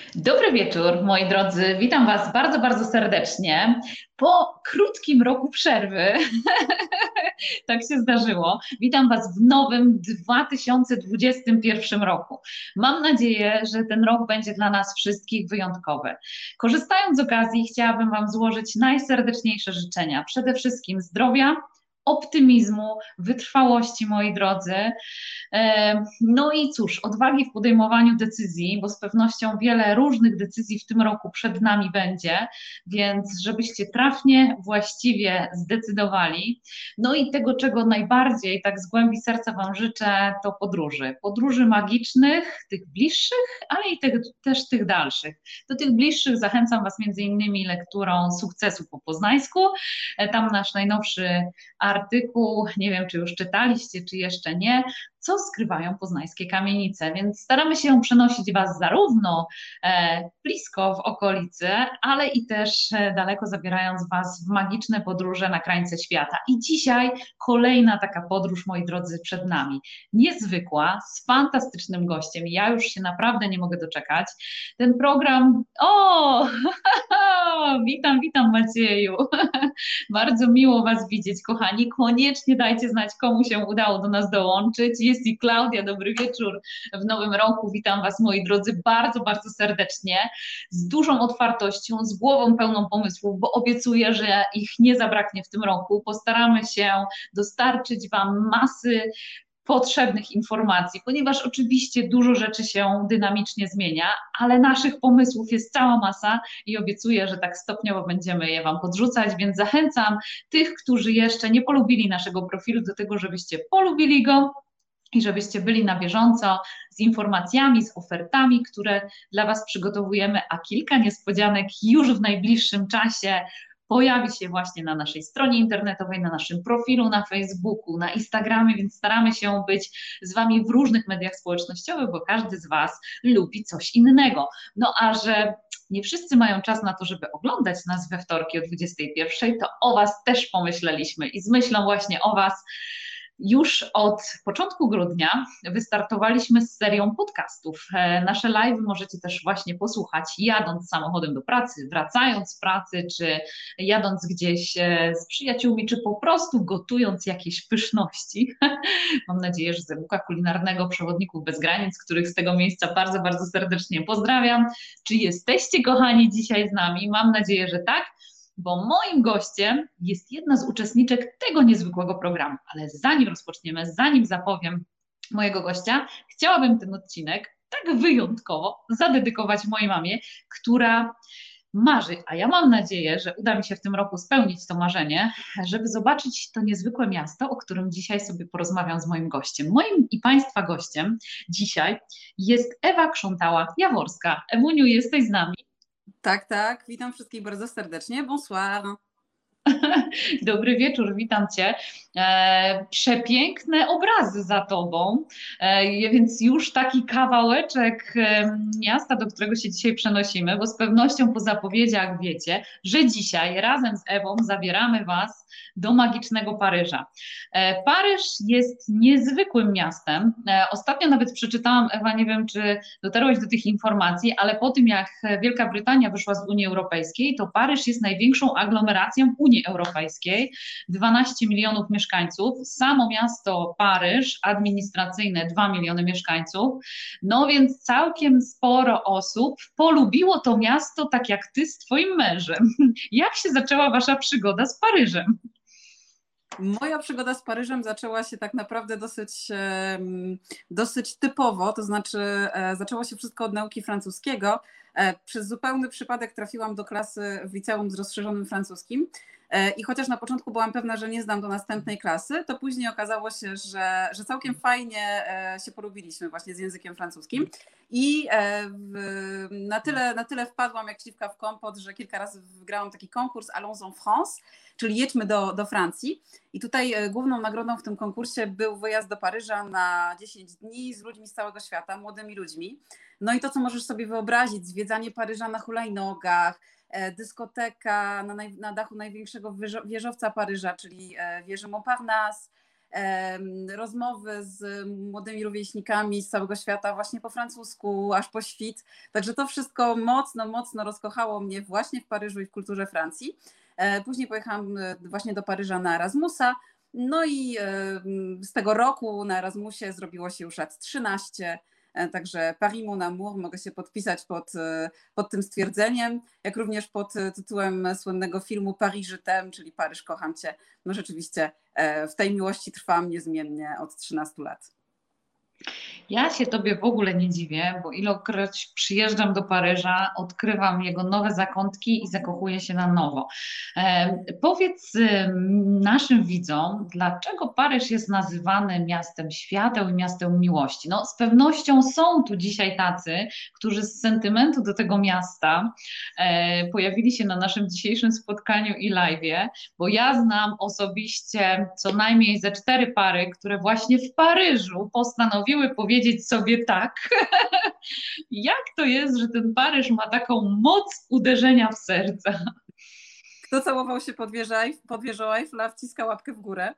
Dobry wieczór, moi drodzy. Witam Was bardzo, bardzo serdecznie. Po krótkim roku przerwy, tak się zdarzyło, witam Was w nowym 2021 roku. Mam nadzieję, że ten rok będzie dla nas wszystkich wyjątkowy. Korzystając z okazji, chciałabym Wam złożyć najserdeczniejsze życzenia. Przede wszystkim zdrowia, optymizmu, wytrwałości, moi drodzy. No i cóż, odwagi w podejmowaniu decyzji, bo z pewnością wiele różnych decyzji w tym roku przed nami będzie, więc żebyście trafnie, właściwie zdecydowali. No i tego, czego najbardziej tak z głębi serca Wam życzę, to podróży. Podróży magicznych, tych bliższych, ale i też tych dalszych. Do tych bliższych zachęcam Was między innymi lekturą Sukcesu po poznańsku. Tam nasz najnowszy artykuł, nie wiem czy już czytaliście, czy jeszcze nie, co skrywają poznańskie kamienice, więc staramy się przenosić Was zarówno blisko w okolicy, ale i też daleko zabierając Was w magiczne podróże na krańce świata. I dzisiaj kolejna taka podróż, moi drodzy, przed nami. Niezwykła, z fantastycznym gościem. Ja już się naprawdę nie mogę doczekać. Ten program, witam Macieju. Bardzo miło Was widzieć, kochani. Koniecznie dajcie znać, komu się udało do nas dołączyć. Jest i Klaudia, dobry wieczór w nowym roku. Witam Was, moi drodzy, bardzo, bardzo serdecznie. Z dużą otwartością, z głową pełną pomysłów, bo obiecuję, że ich nie zabraknie w tym roku. Postaramy się dostarczyć Wam masy potrzebnych informacji, ponieważ oczywiście dużo rzeczy się dynamicznie zmienia, ale naszych pomysłów jest cała masa i obiecuję, że tak stopniowo będziemy je Wam podrzucać, więc zachęcam tych, którzy jeszcze nie polubili naszego profilu, do tego, żebyście polubili go i żebyście byli na bieżąco z informacjami, z ofertami, które dla Was przygotowujemy, a kilka niespodzianek już w najbliższym czasie pojawi się właśnie na naszej stronie internetowej, na naszym profilu na Facebooku, na Instagramie, więc staramy się być z Wami w różnych mediach społecznościowych, bo każdy z Was lubi coś innego. No a że nie wszyscy mają czas na to, żeby oglądać nas we wtorki o 21, to o Was też pomyśleliśmy i z myślą właśnie o Was już od początku grudnia wystartowaliśmy z serią podcastów. Nasze live możecie też właśnie posłuchać jadąc samochodem do pracy, wracając z pracy, czy jadąc gdzieś z przyjaciółmi, czy po prostu gotując jakieś pyszności. Mam nadzieję, że z e-booka kulinarnego Przewodników bez granic, których z tego miejsca bardzo, bardzo serdecznie pozdrawiam. Czy jesteście, kochani, dzisiaj z nami? Mam nadzieję, że tak, bo moim gościem jest jedna z uczestniczek tego niezwykłego programu. Ale zanim rozpoczniemy, zanim zapowiem mojego gościa, chciałabym ten odcinek tak wyjątkowo zadedykować mojej mamie, która marzy, a ja mam nadzieję, że uda mi się w tym roku spełnić to marzenie, żeby zobaczyć to niezwykłe miasto, o którym dzisiaj sobie porozmawiam z moim gościem. Moim i Państwa gościem dzisiaj jest Ewa Krzątała-Jaworska. Ewuniu, jesteś z nami? Tak, tak. Witam wszystkich bardzo serdecznie. Bonsoir. Dobry wieczór, witam Cię. Przepiękne obrazy za Tobą, więc już taki kawałeczek miasta, do którego się dzisiaj przenosimy, bo z pewnością po zapowiedziach wiecie, że dzisiaj razem z Ewą zabieramy Was do magicznego Paryża. Paryż jest niezwykłym miastem. Ostatnio nawet przeczytałam, Ewa, nie wiem, czy dotarłaś do tych informacji, ale po tym jak Wielka Brytania wyszła z Unii Europejskiej, to Paryż jest największą aglomeracją Unii Europejskiej, 12 milionów mieszkańców, samo miasto Paryż, administracyjne 2 miliony mieszkańców, no więc całkiem sporo osób polubiło to miasto tak jak ty z twoim mężem. Jak się zaczęła wasza przygoda z Paryżem? Moja przygoda z Paryżem zaczęła się tak naprawdę dosyć typowo, to znaczy zaczęło się wszystko od nauki francuskiego. Przez zupełny przypadek trafiłam do klasy w liceum z rozszerzonym francuskim i chociaż na początku byłam pewna, że nie zdam do następnej klasy, to później okazało się, że całkiem fajnie się polubiliśmy właśnie z językiem francuskim i na tyle wpadłam jak śliwka w kompot, że kilka razy wygrałam taki konkurs Allons en France, czyli jedźmy do Francji. I tutaj główną nagrodą w tym konkursie był wyjazd do Paryża na 10 dni z ludźmi z całego świata, młodymi ludźmi. No i to, co możesz sobie wyobrazić, zwiedzanie Paryża na hulajnogach, dyskoteka na dachu największego wieżowca Paryża, czyli wieży Montparnasse, rozmowy z młodymi rówieśnikami z całego świata właśnie po francusku, aż po świt. Także to wszystko mocno, mocno rozkochało mnie właśnie w Paryżu i w kulturze Francji. Później pojechałam właśnie do Paryża na Erasmusa. No i z tego roku na Erasmusie zrobiło się już lat 13. Także Paris mon amour, mogę się podpisać pod tym stwierdzeniem, jak również pod tytułem słynnego filmu Paris je t'aime, czyli Paryż kocham cię. No rzeczywiście w tej miłości trwam niezmiennie od 13 lat. Ja się tobie w ogóle nie dziwię, bo ilekroć przyjeżdżam do Paryża, odkrywam jego nowe zakątki i zakochuję się na nowo. Powiedz naszym widzom, dlaczego Paryż jest nazywany miastem świateł i miastem miłości? No, z pewnością są tu dzisiaj tacy, którzy z sentymentu do tego miasta pojawili się na naszym dzisiejszym spotkaniu i live'ie, bo ja znam osobiście co najmniej ze 4 pary, które właśnie w Paryżu postanowiły powiedzieć sobie tak. Jak to jest, że ten Paryż ma taką moc uderzenia w serca? Kto całował się pod wieżą Eiffla, wciska łapkę w górę.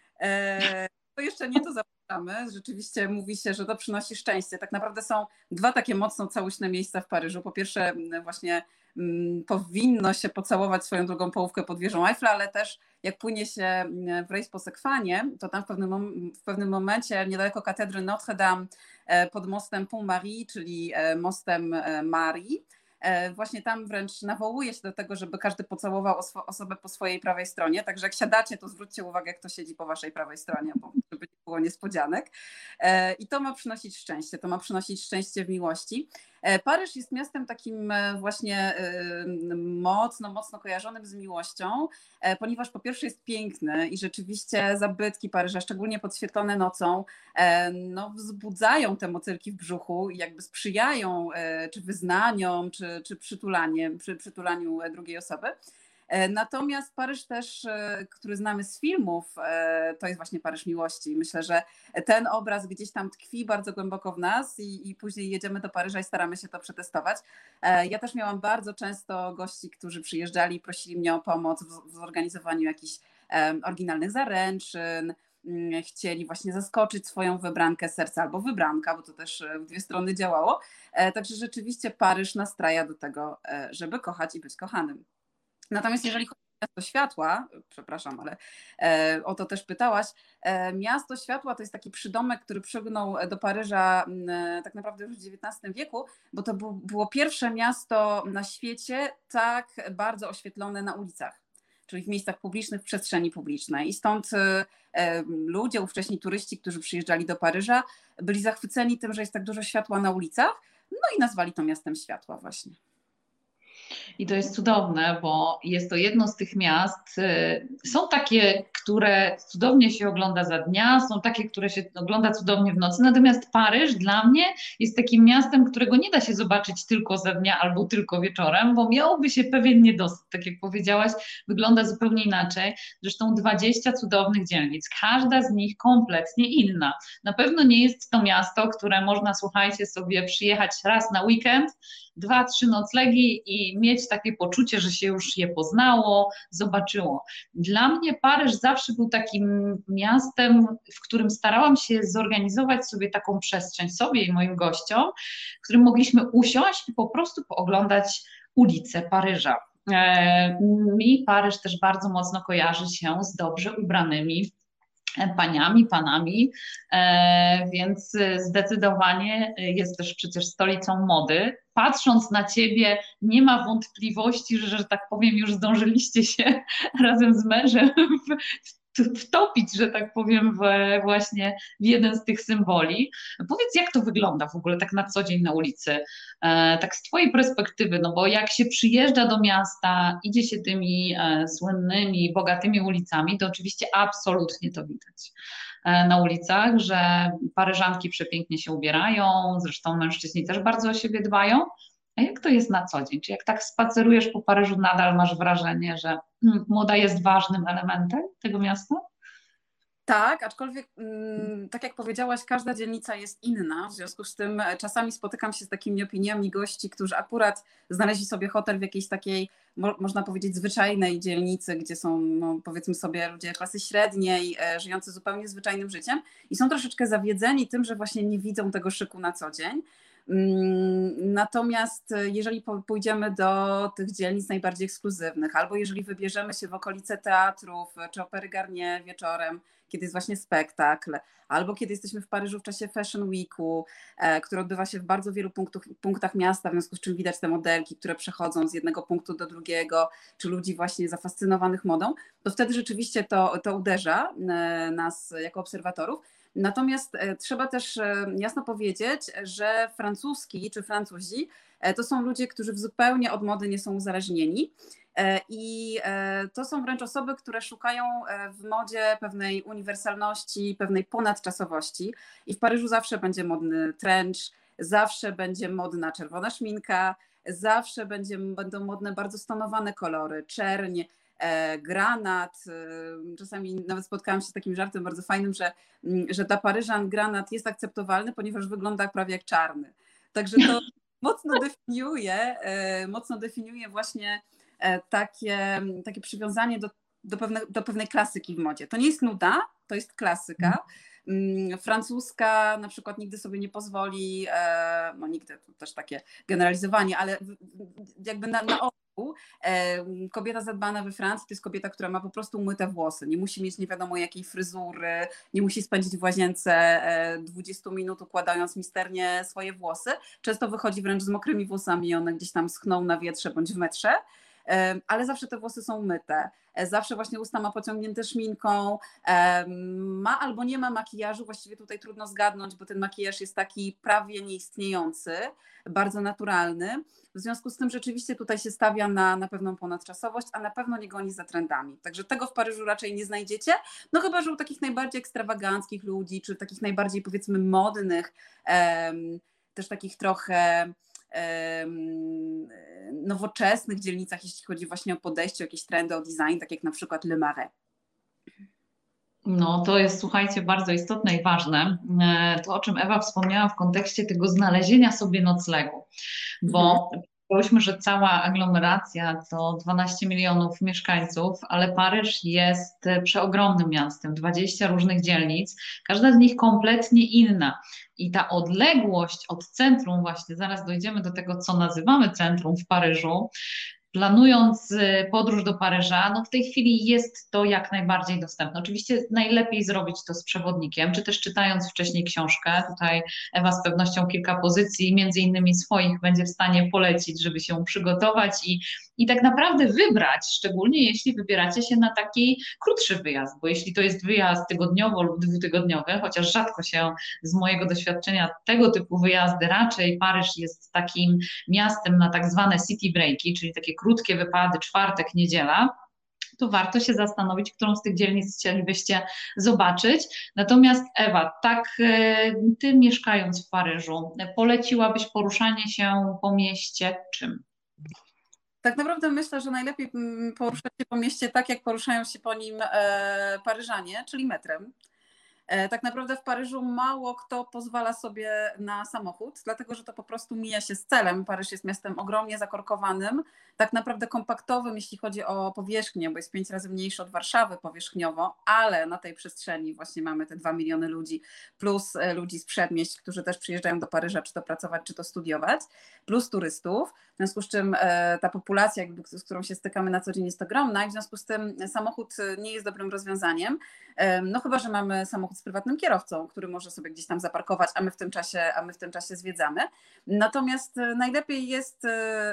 To jeszcze nie to zapraszamy. Rzeczywiście mówi się, że to przynosi szczęście. Tak naprawdę są 2 takie mocno całuśne miejsca w Paryżu. Po pierwsze właśnie powinno się pocałować swoją drugą połówkę pod wieżą Eiffla, ale też jak płynie się w rejs po Sekwanie, to tam w pewnym momencie niedaleko katedry Notre-Dame pod mostem Pont-Marie, czyli mostem Marii, właśnie tam wręcz nawołuje się do tego, żeby każdy pocałował osobę po swojej prawej stronie. Także jak siadacie, to zwróćcie uwagę, kto siedzi po waszej prawej stronie, bo żeby nie było niespodzianek. I to ma przynosić szczęście, to ma przynosić szczęście w miłości. Paryż jest miastem takim właśnie mocno, mocno kojarzonym z miłością, ponieważ po pierwsze jest piękny i rzeczywiście zabytki Paryża, szczególnie podświetlone nocą, no, wzbudzają te motylki w brzuchu i jakby sprzyjają czy wyznaniom, czy przytulaniu drugiej osoby. Natomiast Paryż też, który znamy z filmów, to jest właśnie Paryż miłości. Myślę, że ten obraz gdzieś tam tkwi bardzo głęboko w nas i później jedziemy do Paryża i staramy się to przetestować. Ja też miałam bardzo często gości, którzy przyjeżdżali i prosili mnie o pomoc w zorganizowaniu jakichś oryginalnych zaręczyn, chcieli właśnie zaskoczyć swoją wybrankę serca albo wybranka, bo to też w 2 strony działało. Także rzeczywiście Paryż nastraja do tego, żeby kochać i być kochanym. Natomiast jeżeli chodzi o Miasto Światła, przepraszam, ale o to też pytałaś, Miasto Światła to jest taki przydomek, który przygnął do Paryża tak naprawdę już w XIX wieku, bo to było pierwsze miasto na świecie tak bardzo oświetlone na ulicach, czyli w miejscach publicznych, w przestrzeni publicznej. I stąd ludzie, ówcześni turyści, którzy przyjeżdżali do Paryża, byli zachwyceni tym, że jest tak dużo światła na ulicach, no i nazwali to Miastem Światła właśnie. I to jest cudowne, bo jest to jedno z tych miast. Są takie, które cudownie się ogląda za dnia, są takie, które się ogląda cudownie w nocy. Natomiast Paryż dla mnie jest takim miastem, którego nie da się zobaczyć tylko za dnia albo tylko wieczorem, bo miałoby się pewien niedosyt. Tak jak powiedziałaś, wygląda zupełnie inaczej. Zresztą 20 cudownych dzielnic, każda z nich kompletnie inna. Na pewno nie jest to miasto, które można, słuchajcie, sobie przyjechać raz na weekend, 2-3 noclegi i mieć takie poczucie, że się już je poznało, zobaczyło. Dla mnie Paryż zawsze był takim miastem, w którym starałam się zorganizować sobie taką przestrzeń, sobie i moim gościom, w którym mogliśmy usiąść i po prostu pooglądać ulice Paryża. Mi Paryż też bardzo mocno kojarzy się z dobrze ubranymi paniami, panami, więc zdecydowanie jest też przecież stolicą mody. Patrząc na ciebie, nie ma wątpliwości, że tak powiem, już zdążyliście się razem z mężem wtopić, że tak powiem, właśnie w jeden z tych symboli. Powiedz, jak to wygląda w ogóle tak na co dzień na ulicy, tak z twojej perspektywy, no bo jak się przyjeżdża do miasta, idzie się tymi słynnymi, bogatymi ulicami, to oczywiście absolutnie to widać na ulicach, że Paryżanki przepięknie się ubierają, zresztą mężczyźni też bardzo o siebie dbają. A jak to jest na co dzień? Czy jak tak spacerujesz po Paryżu, nadal masz wrażenie, że moda jest ważnym elementem tego miasta? Tak, aczkolwiek tak jak powiedziałaś, każda dzielnica jest inna, w związku z tym czasami spotykam się z takimi opiniami gości, którzy akurat znaleźli sobie hotel w jakiejś takiej, można powiedzieć, zwyczajnej dzielnicy, gdzie są, no, powiedzmy sobie, ludzie klasy średniej, żyjący zupełnie zwyczajnym życiem i są troszeczkę zawiedzeni tym, że właśnie nie widzą tego szyku na co dzień. Natomiast jeżeli pójdziemy do tych dzielnic najbardziej ekskluzywnych, albo jeżeli wybierzemy się w okolice teatrów czy Opery Garnier wieczorem, kiedy jest właśnie spektakl, albo kiedy jesteśmy w Paryżu w czasie Fashion Weeku, który odbywa się w bardzo wielu punktach miasta, w związku z czym widać te modelki, które przechodzą z jednego punktu do drugiego, czy ludzi właśnie zafascynowanych modą, to wtedy rzeczywiście to uderza nas jako obserwatorów. Natomiast trzeba też jasno powiedzieć, że francuski czy Francuzi to są ludzie, którzy zupełnie od mody nie są uzależnieni. I to są wręcz osoby, które szukają w modzie pewnej uniwersalności, pewnej ponadczasowości. I w Paryżu zawsze będzie modny trench, zawsze będzie modna czerwona szminka, zawsze będą modne bardzo stonowane kolory, czerń, granat. Czasami nawet spotkałam się z takim żartem bardzo fajnym, że dla Paryżan granat jest akceptowalny, ponieważ wygląda prawie jak czarny. Także to mocno definiuje właśnie takie przywiązanie do pewnej klasyki w modzie. To nie jest nuda, to jest klasyka. Francuska na przykład nigdy sobie nie pozwoli, no nigdy, to też takie generalizowanie, ale jakby na ogół kobieta zadbana we Francji to jest kobieta, która ma po prostu umyte włosy, nie musi mieć nie wiadomo jakiej fryzury, nie musi spędzić w łazience 20 minut układając misternie swoje włosy. Często wychodzi wręcz z mokrymi włosami i one gdzieś tam schną na wietrze bądź w metrze. Ale zawsze te włosy są myte, zawsze właśnie usta ma pociągnięte szminką, ma albo nie ma makijażu, właściwie tutaj trudno zgadnąć, bo ten makijaż jest taki prawie nieistniejący, bardzo naturalny, w związku z tym rzeczywiście tutaj się stawia na pewną ponadczasowość, a na pewno nie goni za trendami, także tego w Paryżu raczej nie znajdziecie, no chyba, że u takich najbardziej ekstrawaganckich ludzi, czy takich najbardziej powiedzmy modnych, też takich trochę nowoczesnych dzielnicach, jeśli chodzi właśnie o podejście, o jakieś trendy, o design, tak jak na przykład Le Marais. No to jest, słuchajcie, bardzo istotne i ważne. To, o czym Ewa wspomniała w kontekście tego znalezienia sobie noclegu, bo powiedzmy, że cała aglomeracja to 12 milionów mieszkańców, ale Paryż jest przeogromnym miastem, 20 różnych dzielnic, każda z nich kompletnie inna. I ta odległość od centrum, właśnie zaraz dojdziemy do tego, co nazywamy centrum w Paryżu, planując podróż do Paryża, no w tej chwili jest to jak najbardziej dostępne. Oczywiście najlepiej zrobić to z przewodnikiem, czy też czytając wcześniej książkę. Tutaj Ewa z pewnością kilka pozycji, między innymi swoich, będzie w stanie polecić, żeby się przygotować i tak naprawdę wybrać, szczególnie jeśli wybieracie się na taki krótszy wyjazd, bo jeśli to jest wyjazd tygodniowo lub dwutygodniowy, chociaż rzadko się z mojego doświadczenia tego typu wyjazdy, raczej Paryż jest takim miastem na tak zwane city breaki, czyli takie krótkie wypady, czwartek, niedziela, to warto się zastanowić, którą z tych dzielnic chcielibyście zobaczyć. Natomiast Ewa, tak ty mieszkając w Paryżu, poleciłabyś poruszanie się po mieście czym? Tak naprawdę myślę, że najlepiej poruszać się po mieście tak, jak poruszają się po nim Paryżanie, czyli metrem. Tak naprawdę w Paryżu mało kto pozwala sobie na samochód, dlatego że to po prostu mija się z celem. Paryż jest miastem ogromnie zakorkowanym, tak naprawdę kompaktowym, jeśli chodzi o powierzchnię, bo jest 5 razy mniejszy od Warszawy powierzchniowo, ale na tej przestrzeni właśnie mamy te 2 miliony ludzi, plus ludzi z przedmieść, którzy też przyjeżdżają do Paryża, czy to pracować, czy to studiować, plus turystów, w związku z czym ta populacja, z którą się stykamy na co dzień, jest ogromna i w związku z tym samochód nie jest dobrym rozwiązaniem, no chyba że mamy samochód z prywatnym kierowcą, który może sobie gdzieś tam zaparkować, a my w tym czasie zwiedzamy. Natomiast najlepiej jest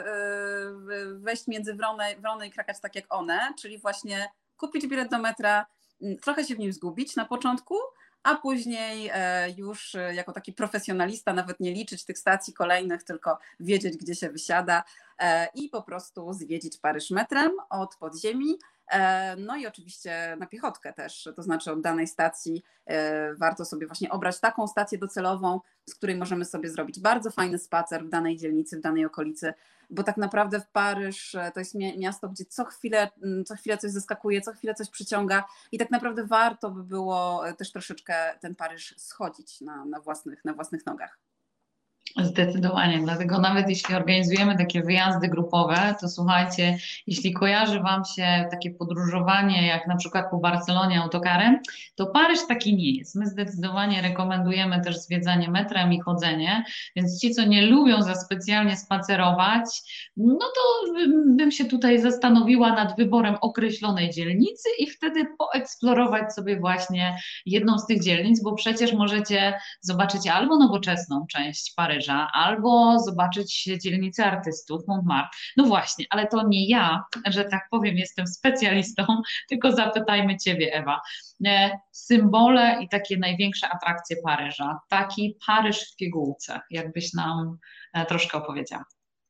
wejść między wrony i krakać tak jak one, czyli właśnie kupić bilet do metra, trochę się w nim zgubić na początku, a później już jako taki profesjonalista nawet nie liczyć tych stacji kolejnych, tylko wiedzieć, gdzie się wysiada i po prostu zwiedzić Paryż metrem od podziemi. No i oczywiście na piechotkę też, to znaczy od danej stacji warto sobie właśnie obrać taką stację docelową, z której możemy sobie zrobić bardzo fajny spacer w danej dzielnicy, w danej okolicy, bo tak naprawdę w Paryż to jest miasto, gdzie co chwilę coś zaskakuje, co chwilę coś przyciąga i tak naprawdę warto by było też troszeczkę ten Paryż schodzić na własnych nogach. Zdecydowanie, dlatego nawet jeśli organizujemy takie wyjazdy grupowe, to słuchajcie, jeśli kojarzy Wam się takie podróżowanie jak na przykład po Barcelonie autokarem, to Paryż taki nie jest. My zdecydowanie rekomendujemy też zwiedzanie metrem i chodzenie, więc ci, co nie lubią za specjalnie spacerować, no to bym się tutaj zastanowiła nad wyborem określonej dzielnicy i wtedy poeksplorować sobie właśnie jedną z tych dzielnic, bo przecież możecie zobaczyć albo nowoczesną część Paryża, albo zobaczyć dzielnicę artystów Montmartre. No właśnie, ale to nie ja, że tak powiem, jestem specjalistą, tylko zapytajmy Ciebie, Ewa. Symbole i takie największe atrakcje Paryża. Taki Paryż w pigułce, jakbyś nam troszkę opowiedziała.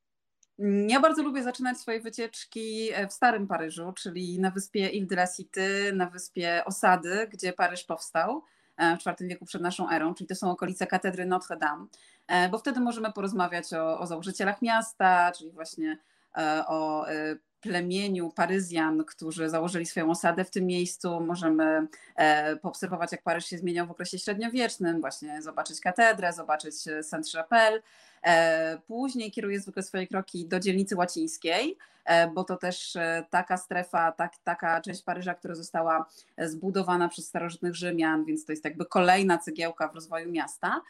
Ja bardzo lubię zaczynać swoje wycieczki w Starym Paryżu, czyli na wyspie Ile de la Cité, na wyspie Osady, gdzie Paryż powstał w IV wieku przed naszą erą, czyli to są okolice katedry Notre Dame, bo wtedy możemy porozmawiać o założycielach miasta, czyli właśnie o plemieniu Paryzjan, którzy założyli swoją osadę w tym miejscu. Możemy poobserwować, jak Paryż się zmieniał w okresie średniowiecznym, właśnie zobaczyć katedrę, zobaczyć Sainte-Chapelle. Później kieruję zwykle swoje kroki do dzielnicy łacińskiej, bo to też taka strefa, taka część Paryża, która została zbudowana przez starożytnych Rzymian, więc to jest jakby kolejna cegiełka w rozwoju miasta.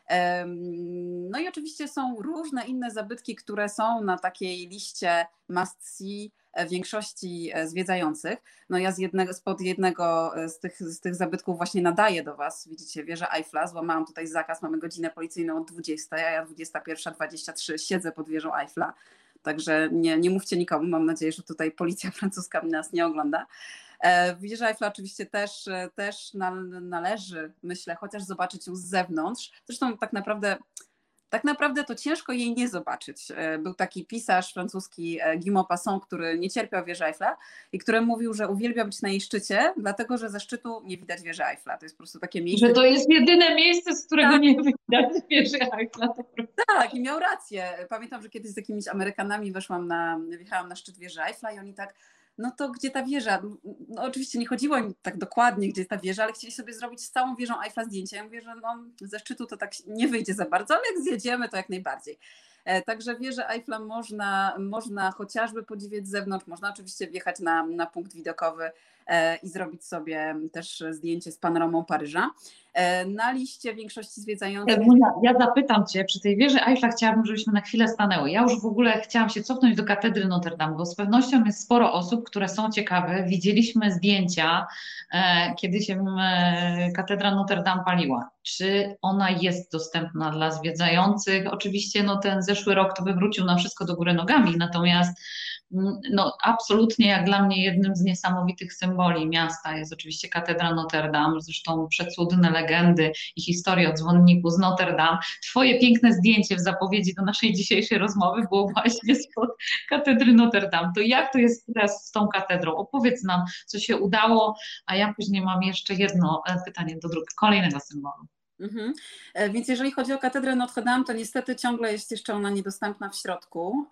No i oczywiście są różne inne zabytki, które są na takiej liście must see większości zwiedzających. No ja spod jednego z tych zabytków właśnie nadaję do Was. Widzicie, wieżę Eiffla, złamałam tutaj zakaz, mamy godzinę policyjną od 20, a ja 21:23 siedzę pod wieżą Eiffla. Także nie mówcie nikomu, mam nadzieję, że tutaj policja francuska nas nie ogląda. Wieża Eiffla oczywiście też należy, myślę, chociaż zobaczyć ją z zewnątrz. Zresztą tak naprawdę to ciężko jej nie zobaczyć. Był taki pisarz francuski Guy Maupassant, który nie cierpiał wieży Eiffla i który mówił, że uwielbia być na jej szczycie, dlatego że ze szczytu nie widać wieży Eiffla. To jest po prostu takie miejsce. Że to jest jedyne miejsce, z którego tak nie widać wieży Eiffla. Tak, i miał rację. Pamiętam, że kiedyś z jakimiś Amerykanami wjechałam na szczyt wieży Eiffla i oni tak, no to gdzie ta wieża? No oczywiście nie chodziło im tak dokładnie, gdzie jest ta wieża, ale chcieli sobie zrobić z całą wieżą Eiffla zdjęcie. Ja mówię, że no, ze szczytu to tak nie wyjdzie za bardzo, ale jak zjedziemy, to jak najbardziej. Także wieżę Eiffla można chociażby podziwiać z zewnątrz, można oczywiście wjechać na punkt widokowy i zrobić sobie też zdjęcie z panoramą Paryża. Na liście większości zwiedzających... Ja zapytam Cię, przy tej wieży Eiffla chciałabym, żebyśmy na chwilę stanęły. Ja już w ogóle chciałam się cofnąć do katedry Notre Dame, bo z pewnością jest sporo osób, które są ciekawe. Widzieliśmy zdjęcia, kiedy się katedra Notre Dame paliła. Czy ona jest dostępna dla zwiedzających? Oczywiście no, ten zeszły rok to wywrócił nam wszystko do góry nogami, natomiast no, absolutnie jak dla mnie jednym z niesamowitych symboli miasta jest oczywiście katedra Notre Dame, zresztą przecudne legendy i historie o dzwonniku z Notre Dame. Twoje piękne zdjęcie w zapowiedzi do naszej dzisiejszej rozmowy było właśnie spod katedry Notre Dame. To jak to jest teraz z tą katedrą? Opowiedz nam, co się udało, a ja później mam jeszcze jedno pytanie do kolejnego symbolu. Mhm. Więc jeżeli chodzi o katedrę Notre Dame, to niestety ciągle jest jeszcze ona niedostępna w środku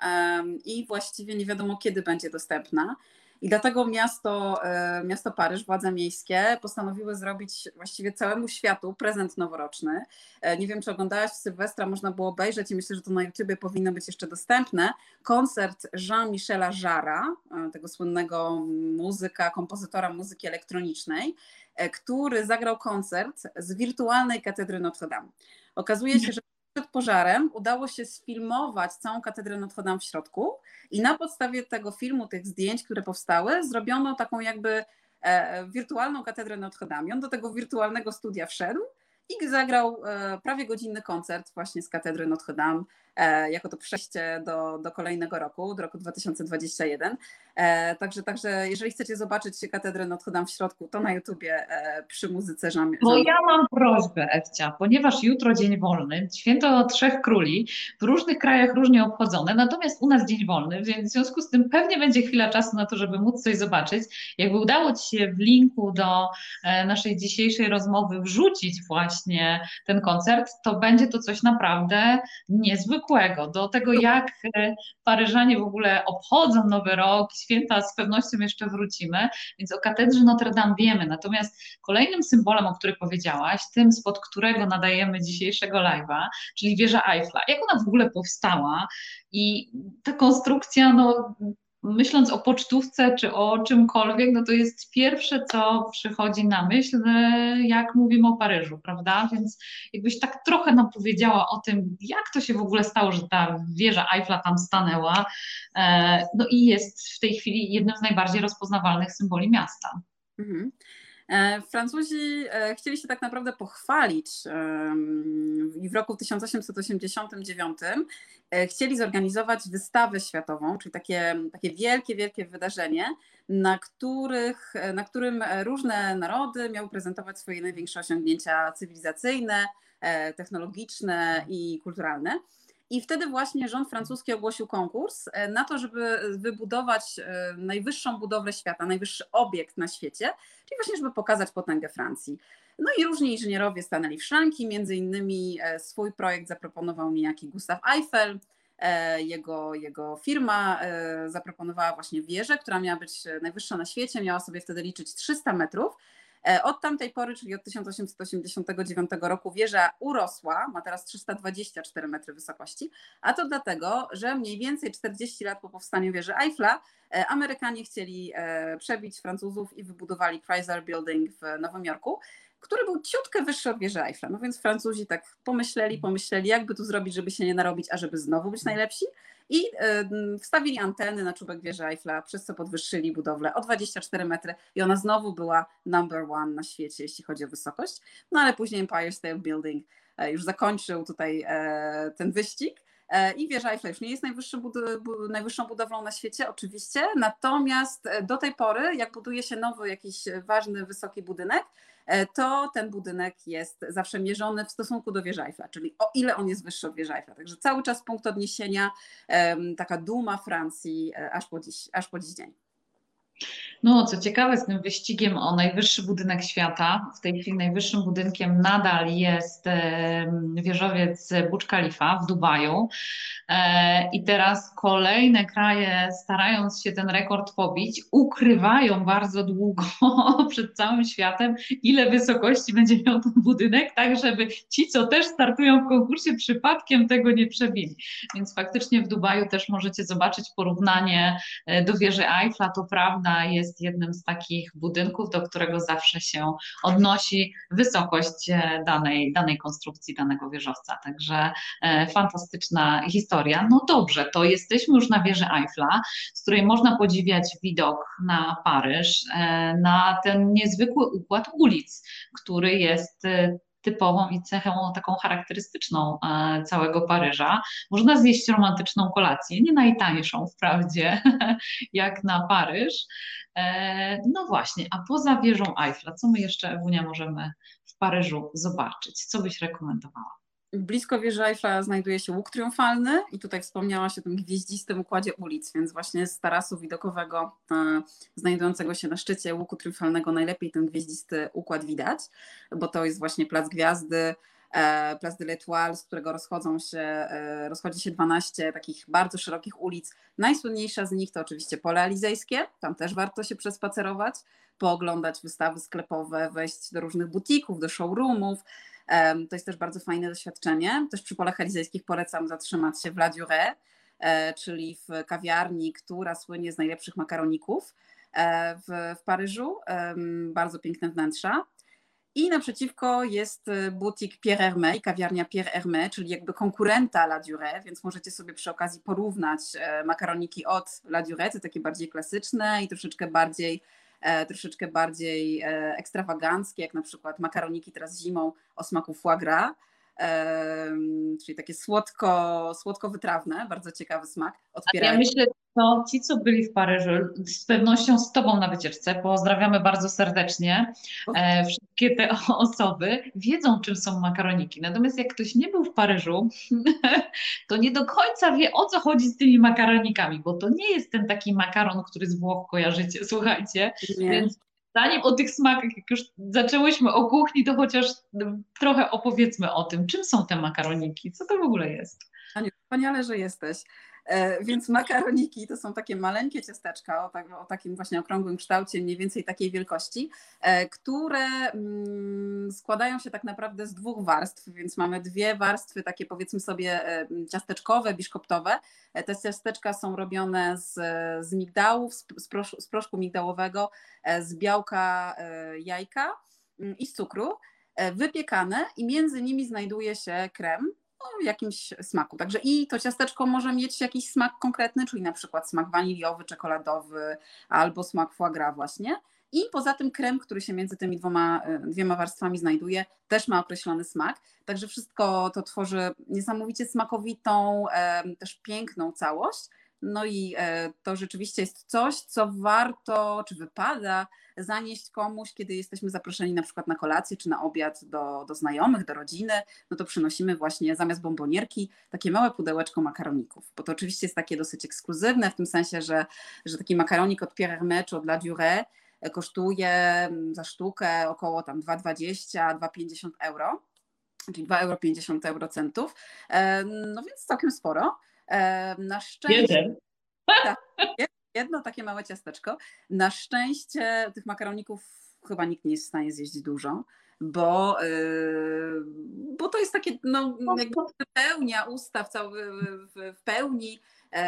i właściwie nie wiadomo, kiedy będzie dostępna. I dlatego miasto Paryż, władze miejskie postanowiły zrobić właściwie całemu światu prezent noworoczny. Nie wiem, czy oglądałaś w Sylwestra, można było obejrzeć i myślę, że to na YouTubie powinno być jeszcze dostępne. Koncert Jean-Michela Jarra, tego słynnego kompozytora muzyki elektronicznej, który zagrał koncert z wirtualnej katedry Notre Dame. Okazuje się, że przed pożarem udało się sfilmować całą katedrę Notre Dame w środku i na podstawie tego filmu, tych zdjęć, które powstały, zrobiono taką jakby wirtualną katedrę Notre Dame. I on do tego wirtualnego studia wszedł i zagrał prawie godzinny koncert właśnie z katedry Notre Dame. jako to przejście do kolejnego roku, do roku 2021. Także jeżeli chcecie zobaczyć katedrę Notre Dame w środku, to na YouTubie przy muzyce Jean. Bo ja mam prośbę, Ewcia, ponieważ jutro dzień wolny, święto Trzech Króli, w różnych krajach różnie obchodzone, natomiast u nas dzień wolny, więc w związku z tym pewnie będzie chwila czasu na to, żeby móc coś zobaczyć. Jakby udało Ci się w linku do naszej dzisiejszej rozmowy wrzucić właśnie ten koncert, to będzie to coś naprawdę niezwykłego. Do tego, jak Paryżanie w ogóle obchodzą Nowy Rok, święta z pewnością jeszcze wrócimy, więc o katedrze Notre Dame wiemy. Natomiast kolejnym symbolem, o którym powiedziałaś, tym spod którego nadajemy dzisiejszego live'a, czyli wieża Eiffla. Jak ona w ogóle powstała i ta konstrukcja, no myśląc o pocztówce czy o czymkolwiek, no to jest pierwsze, co przychodzi na myśl, jak mówimy o Paryżu, prawda? Więc jakbyś tak trochę nam powiedziała o tym, jak to się w ogóle stało, że ta wieża Eiffla tam stanęła, no i jest w tej chwili jednym z najbardziej rozpoznawalnych symboli miasta. Mhm. Francuzi chcieli się tak naprawdę pochwalić i w roku 1889 chcieli zorganizować wystawę światową, czyli takie wielkie wydarzenie, na którym różne narody miały prezentować swoje największe osiągnięcia cywilizacyjne, technologiczne i kulturalne. I wtedy właśnie rząd francuski ogłosił konkurs na to, żeby wybudować najwyższą budowlę świata, najwyższy obiekt na świecie, czyli właśnie, żeby pokazać potęgę Francji. No i różni inżynierowie stanęli w szranki, między innymi swój projekt zaproponował niejaki Gustave Eiffel, jego firma zaproponowała właśnie wieżę, która miała być najwyższa na świecie, miała sobie wtedy liczyć 300 metrów. Od tamtej pory, czyli od 1889 roku wieża urosła, ma teraz 324 metry wysokości, a to dlatego, że mniej więcej 40 lat po powstaniu wieży Eiffla Amerykanie chcieli przebić Francuzów i wybudowali Chrysler Building w Nowym Jorku, który był ciutkę wyższy od wieży Eiffla. No więc Francuzi tak pomyśleli, jakby tu zrobić, żeby się nie narobić, a żeby znowu być najlepsi. I wstawili anteny na czubek wieży Eiffla, przez co podwyższyli budowlę o 24 metry i ona znowu była number one na świecie, jeśli chodzi o wysokość. No ale później Empire State Building już zakończył tutaj ten wyścig i wieża Eiffla już nie jest najwyższą budowlą na świecie, oczywiście, natomiast do tej pory, jak buduje się nowy jakiś ważny, wysoki budynek, to ten budynek jest zawsze mierzony w stosunku do wieży Eiffla, czyli o ile on jest wyższy od wieży Eiffla. Także cały czas punkt odniesienia, taka duma Francji aż po dziś dzień. No, co ciekawe, z tym wyścigiem o najwyższy budynek świata, w tej chwili najwyższym budynkiem nadal jest wieżowiec Burj Khalifa w Dubaju. I teraz kolejne kraje, starając się ten rekord pobić, ukrywają bardzo długo przed całym światem, ile wysokości będzie miał ten budynek, tak żeby ci, co też startują w konkursie, przypadkiem tego nie przebili. Więc faktycznie w Dubaju też możecie zobaczyć porównanie do wieży Eiffla. To prawda, jest jednym z takich budynków, do którego zawsze się odnosi wysokość danej konstrukcji, danego wieżowca. Także fantastyczna historia. No dobrze, to jesteśmy już na wieży Eiffla, z której można podziwiać widok na Paryż, na ten niezwykły układ ulic, który jest typową i cechą taką charakterystyczną całego Paryża. Można zjeść romantyczną kolację, nie najtańszą wprawdzie, jak na Paryż. No właśnie, a poza wieżą Eiffla, co my jeszcze, Ewunia, możemy w Paryżu zobaczyć? Co byś rekomendowała? Blisko wieży Eiffla znajduje się łuk triumfalny i tutaj wspomniałaś o tym gwieździstym układzie ulic, więc właśnie z tarasu widokowego znajdującego się na szczycie łuku triumfalnego najlepiej ten gwieździsty układ widać, bo to jest właśnie Plac Gwiazdy, Place de l'Étoile, z którego rozchodzi się 12 takich bardzo szerokich ulic. Najsłynniejsza z nich to oczywiście Pole Elizejskie, tam też warto się przespacerować, pooglądać wystawy sklepowe, wejść do różnych butików, do showroomów. To jest też bardzo fajne doświadczenie. Też przy Polach Elizejskich polecam zatrzymać się w La Durée, czyli w kawiarni, która słynie z najlepszych makaroników w Paryżu. Bardzo piękne wnętrza. I naprzeciwko jest butik Pierre Hermé, kawiarnia Pierre Hermé, czyli jakby konkurenta La Durée, więc możecie sobie przy okazji porównać makaroniki od La Durée, te takie bardziej klasyczne i troszeczkę bardziej ekstrawaganckie, jak na przykład makaroniki teraz zimą o smaku foie gras. czyli takie słodko-wytrawne, bardzo ciekawy smak. Ja myślę, to ci, co byli w Paryżu, z pewnością z Tobą na wycieczce, pozdrawiamy bardzo serdecznie, wszystkie te osoby wiedzą, czym są makaroniki. Natomiast jak ktoś nie był w Paryżu, to nie do końca wie, o co chodzi z tymi makaronikami, bo to nie jest ten taki makaron, który z Włoch kojarzycie, słuchajcie. Nie. Więc zanim o tych smakach, jak już zaczęłyśmy o kuchni, to chociaż trochę opowiedzmy o tym, czym są te makaroniki, co to w ogóle jest. Aniu, wspaniale, że jesteś. Więc makaroniki to są takie maleńkie ciasteczka o takim właśnie okrągłym kształcie, mniej więcej takiej wielkości, które składają się tak naprawdę z dwóch warstw, więc mamy dwie warstwy takie powiedzmy sobie ciasteczkowe, biszkoptowe. Te ciasteczka są robione z migdałów, z proszku migdałowego, z białka jajka i z cukru, wypiekane i między nimi znajduje się krem o jakimś smaku. Także i to ciasteczko może mieć jakiś smak konkretny, czyli na przykład smak waniliowy, czekoladowy albo smak foie gras właśnie. I poza tym krem, który się między tymi dwiema warstwami znajduje, też ma określony smak. Także wszystko to tworzy niesamowicie smakowitą, też piękną całość. No i to rzeczywiście jest coś, co warto, czy wypada zanieść komuś, kiedy jesteśmy zaproszeni na przykład na kolację czy na obiad do znajomych, do rodziny, no to przynosimy właśnie zamiast bombonierki takie małe pudełeczko makaroników, bo to oczywiście jest takie dosyć ekskluzywne w tym sensie, że taki makaronik od Pierre Hermé czy od La Durée kosztuje za sztukę około tam 2,20–2,50 euro, czyli 2,50 eurocentów, no więc całkiem sporo. Na szczęście... Tak, jedno takie małe ciasteczko. Na szczęście tych makaroników chyba nikt nie jest w stanie zjeść dużo, bo to jest takie, no jakby wypełnia usta w pełni.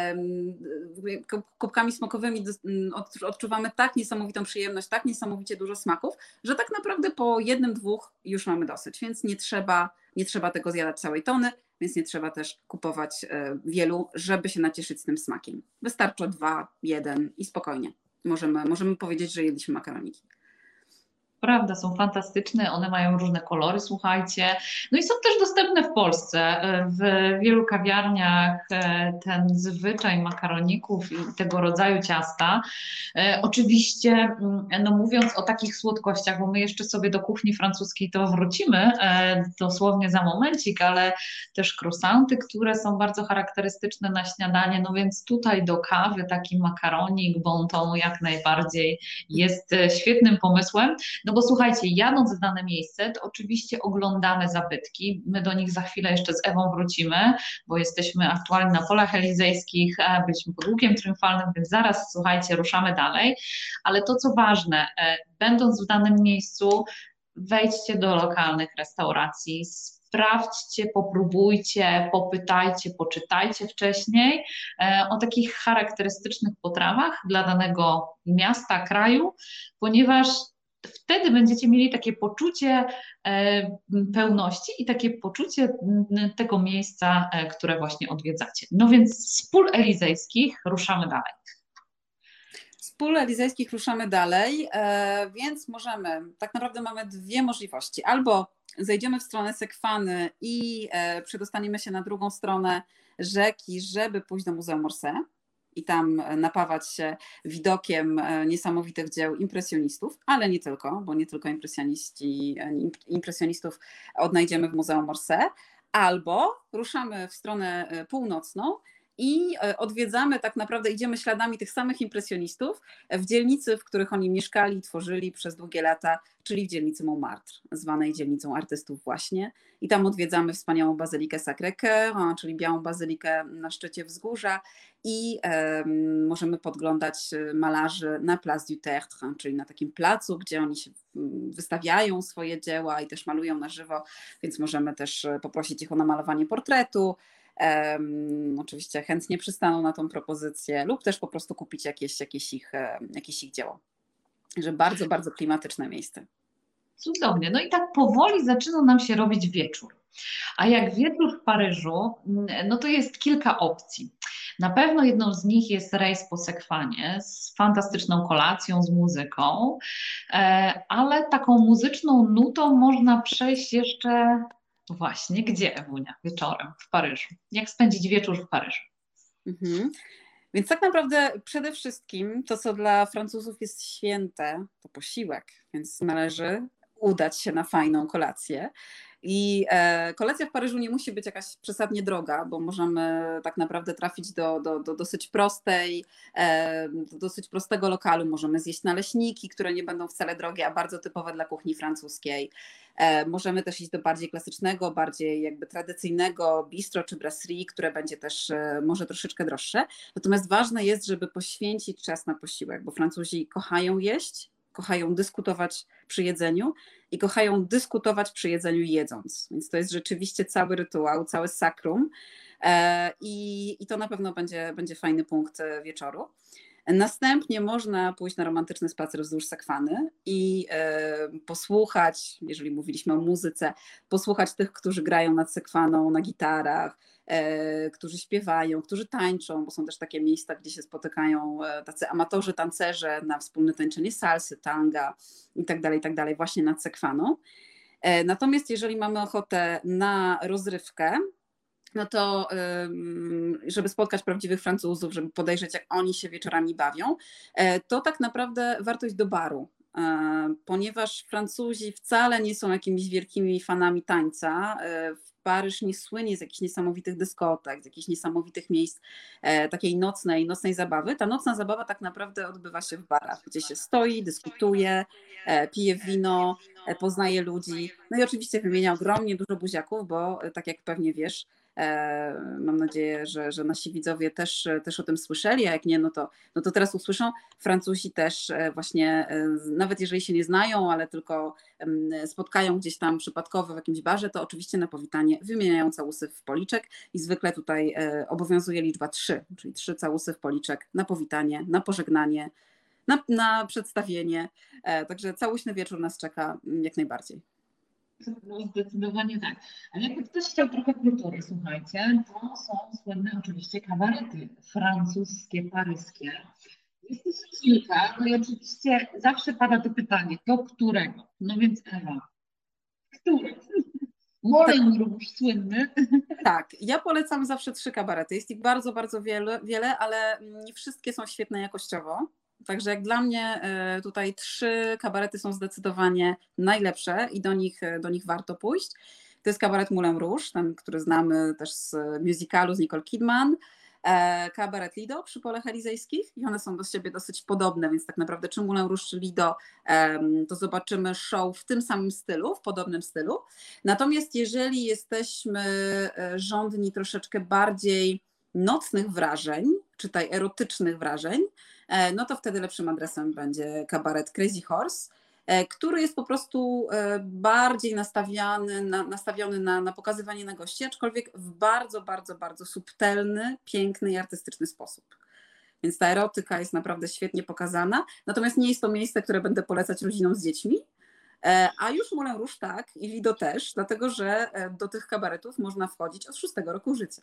Kubkami smakowymi odczuwamy tak niesamowitą przyjemność, tak niesamowicie dużo smaków, że tak naprawdę po jednym, dwóch już mamy dosyć, więc nie trzeba tego zjadać całej tony, więc nie trzeba też kupować wielu, żeby się nacieszyć z tym smakiem. Wystarczy 2, 1 i spokojnie możemy powiedzieć, że jedliśmy makaroniki. Prawda, są fantastyczne, one mają różne kolory, słuchajcie. No i są też dostępne w Polsce. W wielu kawiarniach ten zwyczaj makaroników i tego rodzaju ciasta. Oczywiście, no mówiąc o takich słodkościach, bo my jeszcze sobie do kuchni francuskiej to wrócimy dosłownie za momencik, ale też croissanty, które są bardzo charakterystyczne na śniadanie, no więc tutaj do kawy taki makaronik bon ton jak najbardziej jest świetnym pomysłem. No bo słuchajcie, jadąc w dane miejsce, to oczywiście oglądamy zabytki. My do nich za chwilę jeszcze z Ewą wrócimy, bo jesteśmy aktualnie na Polach Elizejskich, byliśmy pod Łukiem Triumfalnym, więc zaraz, słuchajcie, ruszamy dalej. Ale to, co ważne, będąc w danym miejscu, wejdźcie do lokalnych restauracji, sprawdźcie, popróbujcie, popytajcie, poczytajcie wcześniej o takich charakterystycznych potrawach dla danego miasta, kraju, ponieważ wtedy będziecie mieli takie poczucie pełności i takie poczucie tego miejsca, które właśnie odwiedzacie. No więc z Pól Elizejskich ruszamy dalej. Z Pól Elizejskich ruszamy dalej, więc tak naprawdę mamy dwie możliwości. Albo zejdziemy w stronę Sekwany i przedostaniemy się na drugą stronę rzeki, żeby pójść do Muzeum Orsay i tam napawać się widokiem niesamowitych dzieł impresjonistów, ale nie tylko, bo nie tylko impresjonistów odnajdziemy w Muzeum Orsay, albo ruszamy w stronę północną i odwiedzamy, tak naprawdę idziemy śladami tych samych impresjonistów w dzielnicy, w których oni mieszkali, tworzyli przez długie lata, czyli w dzielnicy Montmartre, zwanej dzielnicą artystów właśnie. I tam odwiedzamy wspaniałą bazylikę Sacré-Cœur, czyli białą bazylikę na szczycie wzgórza i możemy podglądać malarzy na Place du Tertre, czyli na takim placu, gdzie oni się wystawiają swoje dzieła i też malują na żywo, więc możemy też poprosić ich o namalowanie portretu. Oczywiście chętnie przystaną na tą propozycję lub też po prostu kupić jakieś ich dzieło. Że bardzo, bardzo klimatyczne miejsce. Cudownie. No i tak powoli zaczyna nam się robić wieczór. A jak wieczór w Paryżu, no to jest kilka opcji. Na pewno jedną z nich jest rejs po Sekwanie z fantastyczną kolacją, z muzyką, ale taką muzyczną nutą można przejść jeszcze Właśnie, gdzie, Ewunia, wieczorem w Paryżu? Jak spędzić wieczór w Paryżu? Mhm. Więc tak naprawdę przede wszystkim to, co dla Francuzów jest święte, to posiłek, więc należy udać się na fajną kolację. I kolacja w Paryżu nie musi być jakaś przesadnie droga, bo możemy tak naprawdę trafić do dosyć prostej, do dosyć prostego lokalu. Możemy zjeść naleśniki, które nie będą wcale drogie, a bardzo typowe dla kuchni francuskiej. Możemy też iść do bardziej klasycznego, bardziej jakby tradycyjnego bistro czy brasserie, które będzie też może troszeczkę droższe. Natomiast ważne jest, żeby poświęcić czas na posiłek, bo Francuzi kochają jeść, kochają dyskutować przy jedzeniu i kochają dyskutować przy jedzeniu jedząc. Więc to jest rzeczywiście cały rytuał, całe sakrum i to na pewno będzie fajny punkt wieczoru. Następnie można pójść na romantyczny spacer wzdłuż Sekwany i posłuchać, jeżeli mówiliśmy o muzyce, posłuchać tych, którzy grają nad Sekwaną na gitarach, którzy śpiewają, którzy tańczą, bo są też takie miejsca, gdzie się spotykają tacy amatorzy, tancerze na wspólne tańczenie salsy, tanga i tak dalej, właśnie nad Sekwaną. Natomiast jeżeli mamy ochotę na rozrywkę, no to żeby spotkać prawdziwych Francuzów, żeby podejrzeć, jak oni się wieczorami bawią, to tak naprawdę warto iść do baru, ponieważ Francuzi wcale nie są jakimiś wielkimi fanami tańca. Paryż nie słynie z jakichś niesamowitych dyskotek, z jakichś niesamowitych miejsc takiej nocnej zabawy. Ta nocna zabawa tak naprawdę odbywa się w barach, gdzie się stoi, dyskutuje, pije wino, poznaje ludzi. No i oczywiście wymienia ogromnie dużo buziaków, bo tak jak pewnie wiesz, mam nadzieję, że nasi widzowie też o tym słyszeli, a jak nie, no to teraz usłyszą. Francuzi też właśnie, nawet jeżeli się nie znają, ale tylko spotkają gdzieś tam przypadkowo w jakimś barze, to oczywiście na powitanie wymieniają całusy w policzek i zwykle tutaj obowiązuje liczba 3, czyli 3 całusy w policzek na powitanie, na pożegnanie, na przedstawienie. Także całuśny wieczór nas czeka jak najbardziej. No, zdecydowanie tak. Ale jakby ktoś chciał trochę kultury, słuchajcie, to są słynne oczywiście kabarety francuskie, paryskie. Jest ich kilka, no i oczywiście zawsze pada to pytanie, do którego? No więc Ewa, który? Moulin Rouge słynny. Tak, ja polecam zawsze 3 kabarety. Jest ich bardzo, bardzo wiele, ale nie wszystkie są świetne jakościowo. Także jak dla mnie tutaj 3 kabarety są zdecydowanie najlepsze i do nich warto pójść. To jest kabaret Moulin Rouge, ten, który znamy też z musicalu z Nicole Kidman, kabaret Lido przy Polach Elizejskich i one są do siebie dosyć podobne, więc tak naprawdę czy Moulin Rouge, czy Lido, to zobaczymy show w tym samym stylu, w podobnym stylu. Natomiast jeżeli jesteśmy żądni troszeczkę bardziej nocnych wrażeń, czytaj erotycznych wrażeń, no to wtedy lepszym adresem będzie kabaret Crazy Horse, który jest po prostu bardziej nastawiony na pokazywanie na gości, aczkolwiek w bardzo, bardzo, bardzo subtelny, piękny i artystyczny sposób. Więc ta erotyka jest naprawdę świetnie pokazana, natomiast nie jest to miejsce, które będę polecać rodzinom z dziećmi, a już Moulin Rouge tak i Lido też, dlatego że do tych kabaretów można wchodzić od 6 roku życia.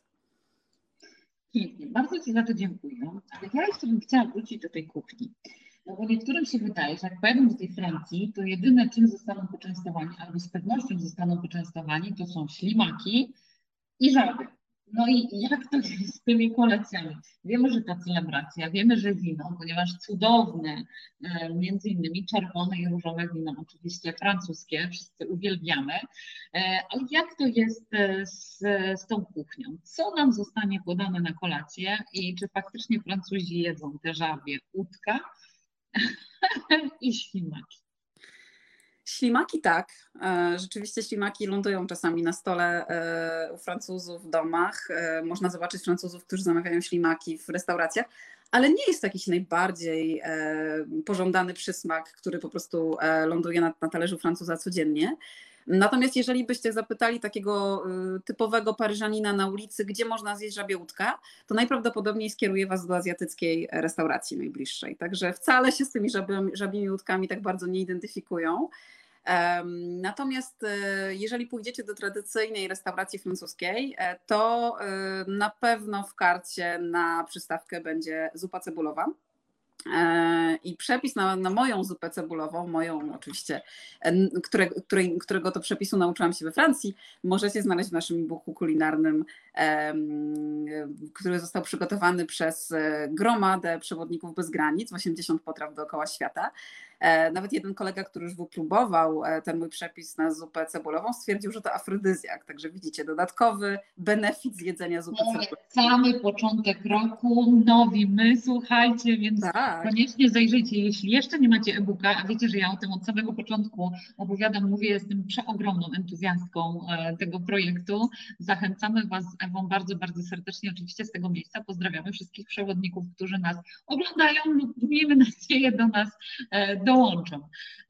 Pięknie, bardzo Ci za to dziękuję. Ale ja jeszcze bym chciała wrócić do tej kuchni. No bo niektórym się wydaje, że jak pojadą do tej Francji, to jedyne czym zostaną poczęstowani, albo z pewnością zostaną poczęstowani, to są ślimaki i żaby. No i jak to jest z tymi kolacjami? Wiemy, że ta celebracja, wiemy, że wino, ponieważ cudowne, między innymi czerwone i różowe wino, oczywiście francuskie, wszyscy uwielbiamy, ale jak to jest z tą kuchnią? Co nam zostanie podane na kolację i czy faktycznie Francuzi jedzą te żabie, udka i ślimaki? Ślimaki tak, rzeczywiście ślimaki lądują czasami na stole u Francuzów w domach. Można zobaczyć Francuzów, którzy zamawiają ślimaki w restauracjach, ale nie jest to jakiś najbardziej pożądany przysmak, który po prostu ląduje na talerzu Francuza codziennie. Natomiast jeżeli byście zapytali takiego typowego Paryżanina na ulicy, gdzie można zjeść żabie łódka, to najprawdopodobniej skieruje was do azjatyckiej restauracji najbliższej. Także wcale się z tymi żabimi łódkami tak bardzo nie identyfikują. Natomiast jeżeli pójdziecie do tradycyjnej restauracji francuskiej, to na pewno w karcie na przystawkę będzie zupa cebulowa. I przepis na moją zupę cebulową, moją oczywiście, którego to przepisu nauczyłam się we Francji, możecie znaleźć w naszym e-booku kulinarnym, który został przygotowany przez gromadę przewodników bez granic, 80 potraw dookoła świata. Nawet jeden kolega, który już wypróbował ten mój przepis na zupę cebulową, stwierdził, że to afrodyzjak. Także widzicie, dodatkowy benefit z jedzenia zupy cebulowej. Cały początek roku, nowi my, słuchajcie, więc Tak. koniecznie zajrzyjcie. Jeśli jeszcze nie macie e-booka, a wiecie, że ja o tym od samego początku opowiadam, mówię, jestem przeogromną entuzjastką tego projektu. Zachęcamy Was z Ewą bardzo, bardzo serdecznie oczywiście z tego miejsca. Pozdrawiamy wszystkich przewodników, którzy nas oglądają lub miejmy nadzieję do nas dołączą.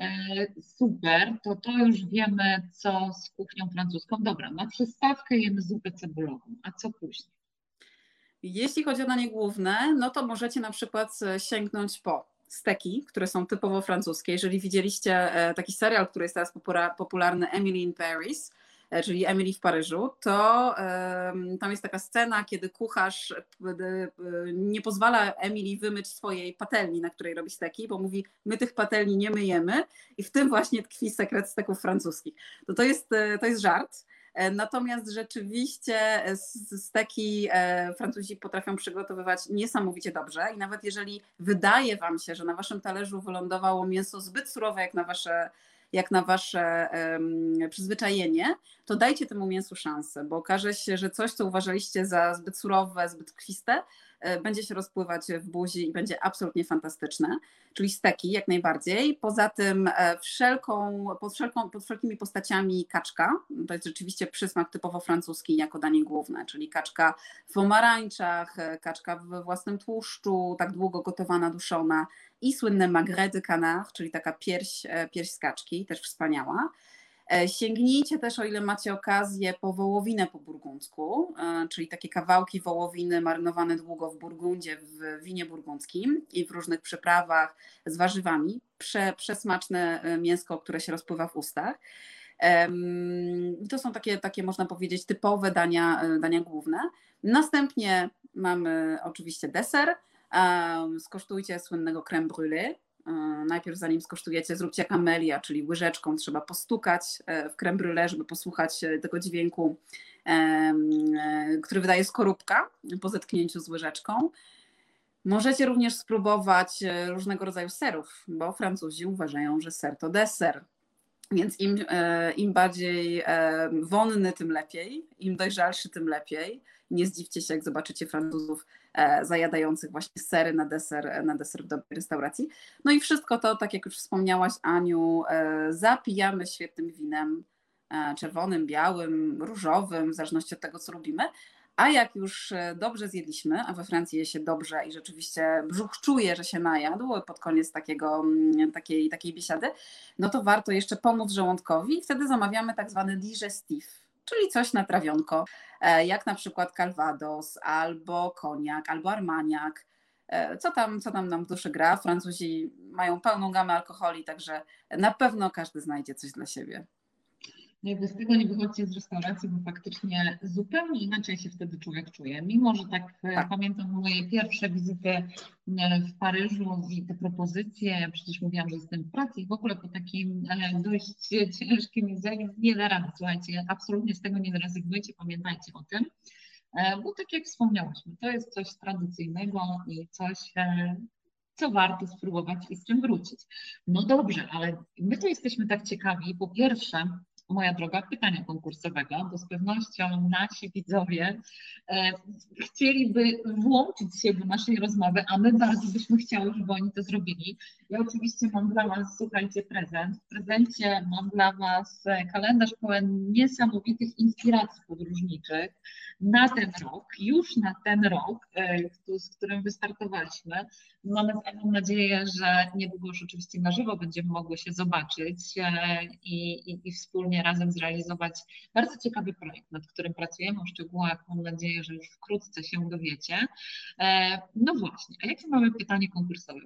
Super, to już wiemy, co z kuchnią francuską. Dobra, na przystawkę jemy zupę cebulową, a co później? Jeśli chodzi o danie główne, no to możecie na przykład sięgnąć po steki, które są typowo francuskie. Jeżeli widzieliście taki serial, który jest teraz popularny, Emily in Paris, czyli Emily w Paryżu, to tam jest taka scena, kiedy kucharz nie pozwala Emily wymyć swojej patelni, na której robi steki, bo mówi, my tych patelni nie myjemy i w tym właśnie tkwi sekret steków francuskich. To jest żart. Natomiast rzeczywiście steki Francuzi potrafią przygotowywać niesamowicie dobrze i nawet jeżeli wydaje Wam się, że na Waszym talerzu wylądowało mięso zbyt surowe jak na wasze przyzwyczajenie, to dajcie temu mięsu szansę, bo okaże się, że coś, co uważaliście za zbyt surowe, zbyt krwiste, będzie się rozpływać w buzi i będzie absolutnie fantastyczne. Czyli steki jak najbardziej. Poza tym pod wszelkimi postaciami kaczka. To jest rzeczywiście przysmak typowo francuski jako danie główne, czyli kaczka w pomarańczach, kaczka we własnym tłuszczu, tak długo gotowana, duszona i słynne magret de canard, czyli taka pierś z kaczki, też wspaniała. Sięgnijcie też, o ile macie okazję, po wołowinę po burgundzku, czyli takie kawałki wołowiny marynowane długo w Burgundzie, w winie burgundzkim i w różnych przyprawach z warzywami. Przesmaczne mięsko, które się rozpływa w ustach. To są takie można powiedzieć, typowe dania główne. Następnie mamy oczywiście deser. Skosztujcie słynnego crème brûlée. Najpierw zanim skosztujecie, zróbcie jak Amelia, czyli łyżeczką trzeba postukać w crème brûlée, żeby posłuchać tego dźwięku, który wydaje skorupka po zetknięciu z łyżeczką. Możecie również spróbować różnego rodzaju serów, bo Francuzi uważają, że ser to deser. Więc im bardziej wonny, tym lepiej, im dojrzalszy, tym lepiej. Nie zdziwcie się, jak zobaczycie Francuzów zajadających właśnie sery na deser w dobrej restauracji. No i wszystko to, tak jak już wspomniałaś, Aniu, zapijamy świetnym winem czerwonym, białym, różowym, w zależności od tego, co lubimy. A jak już dobrze zjedliśmy, a we Francji je się dobrze i rzeczywiście brzuch czuje, że się najadł pod koniec takiej biesiady, no to warto jeszcze pomóc żołądkowi i wtedy zamawiamy tak zwany digestif, czyli coś na trawionko, jak na przykład calvados, albo koniak, albo armaniak. Co tam nam w duszy gra? Francuzi mają pełną gamę alkoholi, także na pewno każdy znajdzie coś dla siebie. Bez tego nie wychodźcie z restauracji, bo faktycznie zupełnie inaczej się wtedy człowiek czuje. Mimo, że tak pamiętam moje pierwsze wizyty w Paryżu i te propozycje, przecież mówiłam, że jestem w pracy i w ogóle po takim dość ciężkim jedzeniu nie da rady. Słuchajcie, absolutnie z tego nie rezygnujcie, pamiętajcie o tym, bo tak jak wspomniałyśmy, to jest coś tradycyjnego i coś, co warto spróbować i z czym wrócić. No dobrze, ale my to jesteśmy tak ciekawi, po pierwsze, moja droga, pytania konkursowego, bo z pewnością nasi widzowie chcieliby włączyć się do naszej rozmowy, a my bardzo byśmy chciały, żeby oni to zrobili. Ja oczywiście mam dla Was, słuchajcie, prezent. W prezencie mam dla Was kalendarz pełen niesamowitych inspiracji podróżniczych na ten rok, już na ten rok, z którym wystartowaliśmy. Mamy z Ewą nadzieję, że niedługo już oczywiście na żywo będziemy mogły się zobaczyć i wspólnie razem zrealizować bardzo ciekawy projekt, nad którym pracujemy. O szczegółach mam nadzieję, że już wkrótce się dowiecie. No właśnie, a jakie mamy pytanie konkursowe?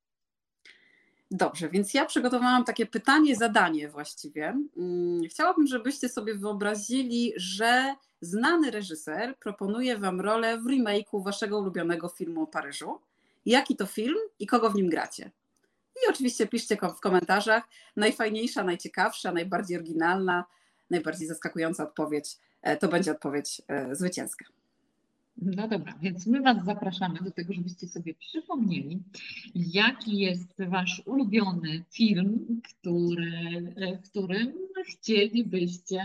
Dobrze, więc ja przygotowałam takie pytanie, zadanie właściwie. Chciałabym, żebyście sobie wyobrazili, że znany reżyser proponuje Wam rolę w remake'u Waszego ulubionego filmu o Paryżu jaki to film i kogo w nim gracie. I oczywiście piszcie w komentarzach najfajniejsza, najciekawsza, najbardziej oryginalna, najbardziej zaskakująca odpowiedź. To będzie odpowiedź zwycięska. No dobra, więc my Was zapraszamy do tego, żebyście sobie przypomnieli, jaki jest Wasz ulubiony film, w którym chcielibyście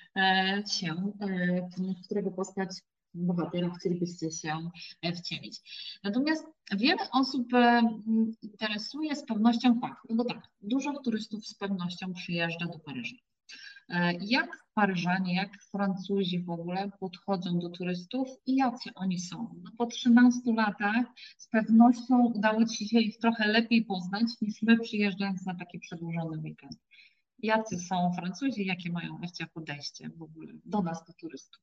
w którego postać bohatera chcielibyście się wcielić. Natomiast wiele osób interesuje z pewnością fakt, no bo tak, dużo turystów z pewnością przyjeżdża do Paryża. Jak Paryżanie, jak Francuzi w ogóle podchodzą do turystów i jacy oni są? No po 13 latach z pewnością udało Ci się ich trochę lepiej poznać niż my przyjeżdżając na taki przedłużony weekend. Jacy są Francuzi, jakie mają właściwie podejście w ogóle do nas, do turystów?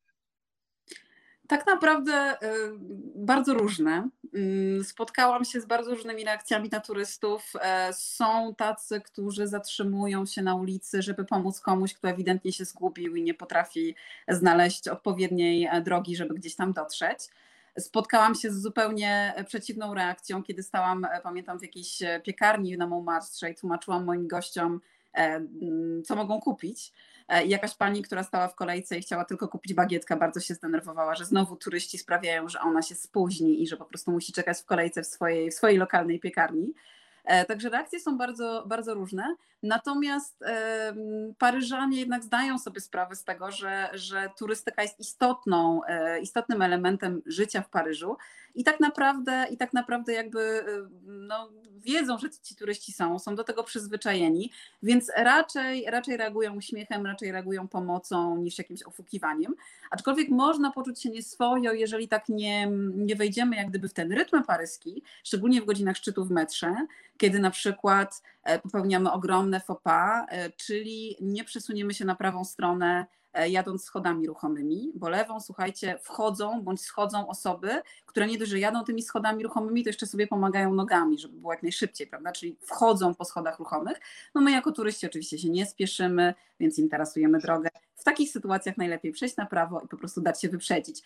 Tak naprawdę bardzo różne. Spotkałam się z bardzo różnymi reakcjami na turystów. Są tacy, którzy zatrzymują się na ulicy, żeby pomóc komuś, kto ewidentnie się zgubił i nie potrafi znaleźć odpowiedniej drogi, żeby gdzieś tam dotrzeć. Spotkałam się z zupełnie przeciwną reakcją, kiedy stałam, pamiętam, w jakiejś piekarni na Montmartre i tłumaczyłam moim gościom, co mogą kupić. I jakaś pani, która stała w kolejce i chciała tylko kupić bagietkę, bardzo się zdenerwowała, że znowu turyści sprawiają, że ona się spóźni i że po prostu musi czekać w kolejce w swojej lokalnej piekarni. Także reakcje są bardzo, bardzo różne. Natomiast Paryżanie jednak zdają sobie sprawę z tego, że turystyka jest istotnym elementem życia w Paryżu i tak naprawdę jakby no, wiedzą, że ci turyści są do tego przyzwyczajeni, więc raczej reagują uśmiechem, raczej reagują pomocą niż jakimś ofukiwaniem. Aczkolwiek można poczuć się nieswojo, jeżeli tak nie wejdziemy jak gdyby w ten rytm paryski, szczególnie w godzinach szczytu w metrze, kiedy na przykład popełniamy ogromne faux pas, czyli nie przesuniemy się na prawą stronę jadąc schodami ruchomymi, bo lewą, słuchajcie, wchodzą bądź schodzą osoby, które nie dość, że jadą tymi schodami ruchomymi, to jeszcze sobie pomagają nogami, żeby było jak najszybciej, prawda? Czyli wchodzą po schodach ruchomych. No my jako turyści oczywiście się nie spieszymy, więc im trasujemy drogę. W takich sytuacjach najlepiej przejść na prawo i po prostu dać się wyprzedzić.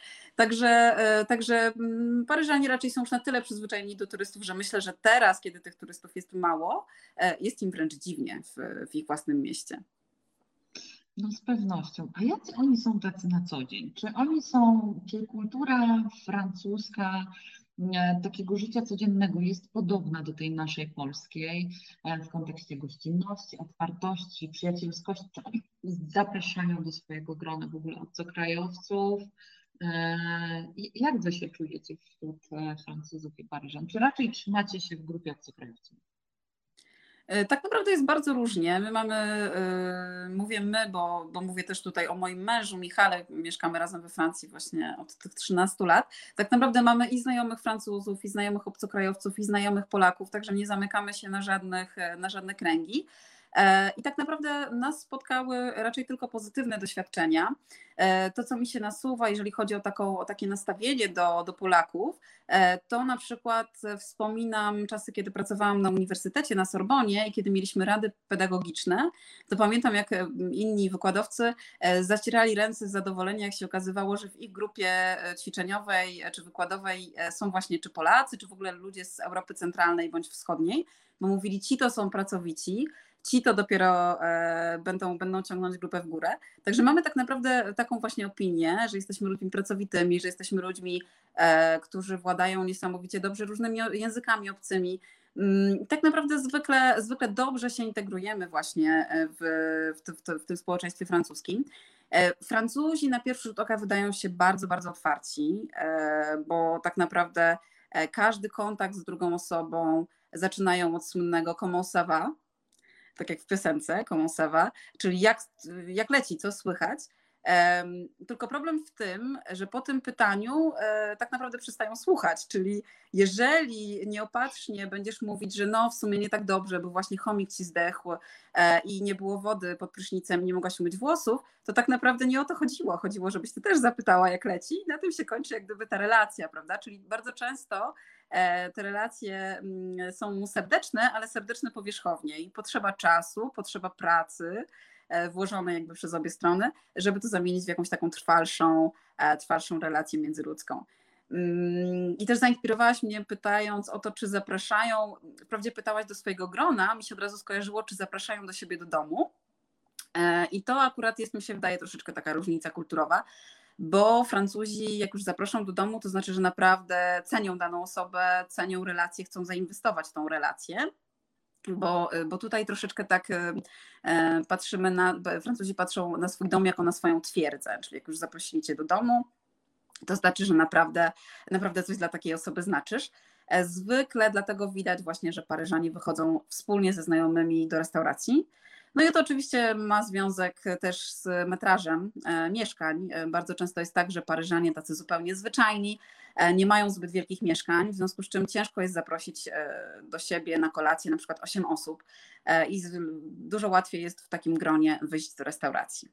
Także Paryżanie raczej są już na tyle przyzwyczajeni do turystów, że myślę, że teraz, kiedy tych turystów jest mało, jest im wręcz dziwnie w ich własnym mieście. No z pewnością. A jacy oni są tacy na co dzień? Czy kultura francuska takiego życia codziennego jest podobna do tej naszej polskiej w kontekście gościnności, otwartości, przyjacielskości? Czy oni zapraszają do swojego grona w ogóle obcokrajowców? Jak wy się czujecie wśród Francuzów i Paryżan? Czy raczej trzymacie się w grupie obcokrajowców? Tak naprawdę jest bardzo różnie. My mamy, mówię my, bo mówię też tutaj o moim mężu Michale, mieszkamy razem we Francji właśnie od tych 13 lat. Tak naprawdę mamy i znajomych Francuzów, i znajomych obcokrajowców, i znajomych Polaków, także nie zamykamy się na żadne kręgi. I tak naprawdę nas spotkały raczej tylko pozytywne doświadczenia. To, co mi się nasuwa, jeżeli chodzi o takie nastawienie do Polaków, to na przykład wspominam czasy, kiedy pracowałam na uniwersytecie na Sorbonie i kiedy mieliśmy rady pedagogiczne, to pamiętam, jak inni wykładowcy zacierali ręce z zadowolenia, jak się okazywało, że w ich grupie ćwiczeniowej czy wykładowej są właśnie czy Polacy, czy w ogóle ludzie z Europy Centralnej bądź Wschodniej, bo mówili, ci to są pracowici, ci to dopiero będą ciągnąć grupę w górę. Także mamy tak naprawdę taką właśnie opinię, że jesteśmy ludźmi pracowitymi, że jesteśmy ludźmi, którzy władają niesamowicie dobrze różnymi językami obcymi. Tak naprawdę zwykle dobrze się integrujemy właśnie w tym społeczeństwie francuskim. Francuzi na pierwszy rzut oka wydają się bardzo, bardzo otwarci, bo tak naprawdę każdy kontakt z drugą osobą zaczynają od słynnego comment ça va, tak jak w piosence Comment ça va, czyli jak leci, co słychać. Tylko problem w tym, że po tym pytaniu tak naprawdę przestają słuchać, czyli jeżeli nieopatrznie będziesz mówić, że no w sumie nie tak dobrze, bo właśnie chomik ci zdechł i nie było wody pod prysznicem, nie mogłaś umyć włosów, to tak naprawdę nie o to chodziło. Chodziło, żebyś ty też zapytała, jak leci, i na tym się kończy jak gdyby ta relacja, prawda? Czyli bardzo często te relacje są serdeczne, ale serdeczne powierzchownie i potrzeba czasu, potrzeba pracy włożone jakby przez obie strony, żeby to zamienić w jakąś taką trwalszą relację międzyludzką. I też zainspirowałaś mnie pytając o to, czy zapraszają, wprawdzie pytałaś do swojego grona, mi się od razu skojarzyło, czy zapraszają do siebie do domu. I to akurat jest, mi się wydaje, troszeczkę taka różnica kulturowa, bo Francuzi, jak już zaproszą do domu, to znaczy, że naprawdę cenią daną osobę, cenią relację, chcą zainwestować w tą relację. Bo tutaj troszeczkę tak patrzymy Francuzi patrzą na swój dom jako na swoją twierdzę, czyli jak już zaprosili cię do domu, to znaczy, że naprawdę coś dla takiej osoby znaczysz. Zwykle dlatego widać właśnie, że Paryżanie wychodzą wspólnie ze znajomymi do restauracji. No i to oczywiście ma związek też z metrażem mieszkań. Bardzo często jest tak, że Paryżanie tacy zupełnie zwyczajni nie mają zbyt wielkich mieszkań, w związku z czym ciężko jest zaprosić do siebie na kolację na przykład 8 osób i dużo łatwiej jest w takim gronie wyjść do restauracji.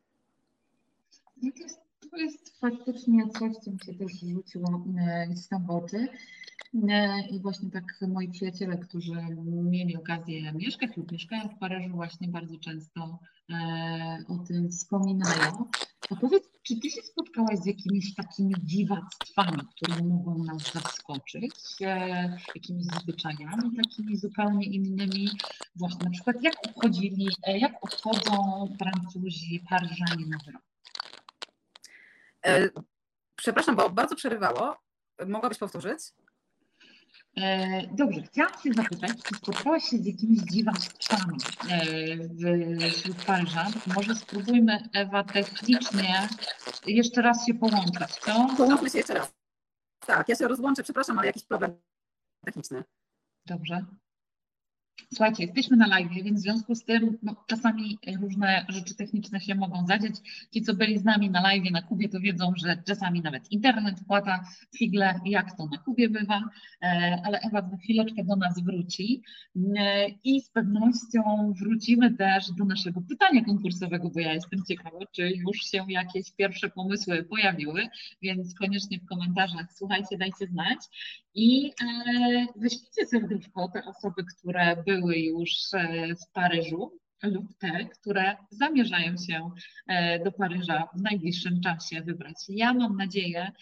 To jest faktycznie coś, co mi się też rzuciło gdzieś tam w oczy. I właśnie tak moi przyjaciele, którzy mieli okazję mieszkać lub mieszkają w Paryżu, właśnie bardzo często o tym wspominają. A powiedz, czy ty się spotkałaś z jakimiś takimi dziwactwami, które mogą nas zaskoczyć, jakimiś zwyczajami takimi zupełnie innymi? Właśnie na przykład jak obchodzą Francuzi Paryżanie Nowy Rok? Przepraszam, bo bardzo przerywało. Mogłabyś powtórzyć? Dobrze, chciałam się zapytać, czy spotkałaś się z jakimiś dziwactwami wśród Paryżan? Może spróbujmy, Ewa, technicznie jeszcze raz się połączyć, co? Połączmy się jeszcze raz. Tak, ja się rozłączę, przepraszam, ale jakiś problem techniczny. Dobrze. Słuchajcie, jesteśmy na live, więc w związku z tym czasami różne rzeczy techniczne się mogą zadziać. Ci, co byli z nami na live na Kubie, to wiedzą, że czasami nawet internet płata figle, jak to na Kubie bywa, ale Ewa za chwileczkę do nas wróci i z pewnością wrócimy też do naszego pytania konkursowego, bo ja jestem ciekawa, czy już się jakieś pierwsze pomysły pojawiły, więc koniecznie w komentarzach słuchajcie, dajcie znać. I wyślijcie serduszko te osoby, które były już w Paryżu lub te, które zamierzają się do Paryża w najbliższym czasie wybrać. Ja mam nadzieję,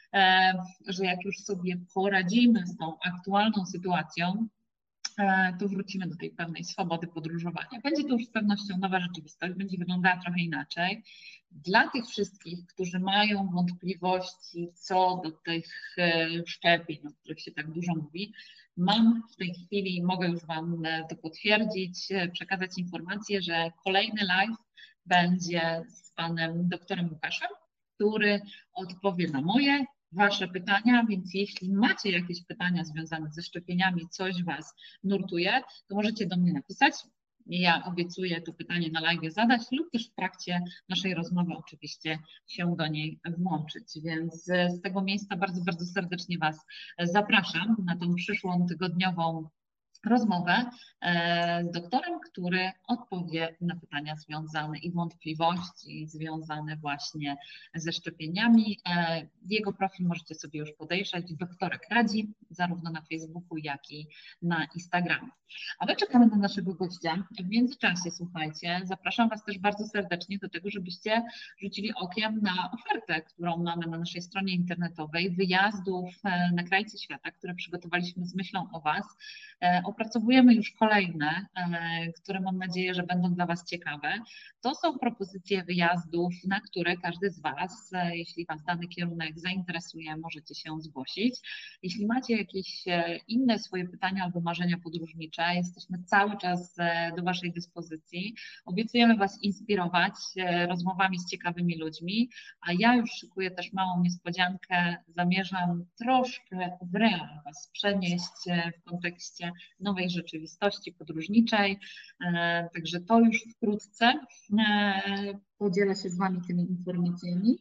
że jak już sobie poradzimy z tą aktualną sytuacją, to wrócimy do tej pewnej swobody podróżowania. Będzie to już z pewnością nowa rzeczywistość, będzie wyglądała trochę inaczej. Dla tych wszystkich, którzy mają wątpliwości co do tych szczepień, o których się tak dużo mówi, mam w tej chwili, mogę już Wam to potwierdzić, przekazać informację, że kolejny live będzie z panem doktorem Łukaszem, który odpowie na moje, Wasze pytania, więc jeśli macie jakieś pytania związane ze szczepieniami, coś Was nurtuje, to możecie do mnie napisać. Ja obiecuję to pytanie na live zadać lub też w trakcie naszej rozmowy oczywiście się do niej włączyć. Więc z tego miejsca bardzo, bardzo serdecznie Was zapraszam na tą przyszłą tygodniową rozmowę z doktorem, który odpowie na pytania związane i wątpliwości związane właśnie ze szczepieniami. Jego profil możecie sobie już podejrzeć. Doktorek radzi zarówno na Facebooku, jak i na Instagramie. A my czekamy na naszego gościa. W międzyczasie, słuchajcie, zapraszam Was też bardzo serdecznie do tego, żebyście rzucili okiem na ofertę, którą mamy na naszej stronie internetowej, wyjazdów na krańce świata, które przygotowaliśmy z myślą o Was. Opracowujemy już kolejne, które mam nadzieję, że będą dla Was ciekawe. To są propozycje wyjazdów, na które każdy z Was, jeśli Was dany kierunek zainteresuje, możecie się zgłosić. Jeśli macie jakieś inne swoje pytania albo marzenia podróżnicze, jesteśmy cały czas do Waszej dyspozycji. Obiecujemy Was inspirować rozmowami z ciekawymi ludźmi, a ja już szykuję też małą niespodziankę. Zamierzam troszkę w real Was przenieść w kontekście nowej rzeczywistości podróżniczej. Także to już wkrótce. Podzielę się z Wami tymi informacjami.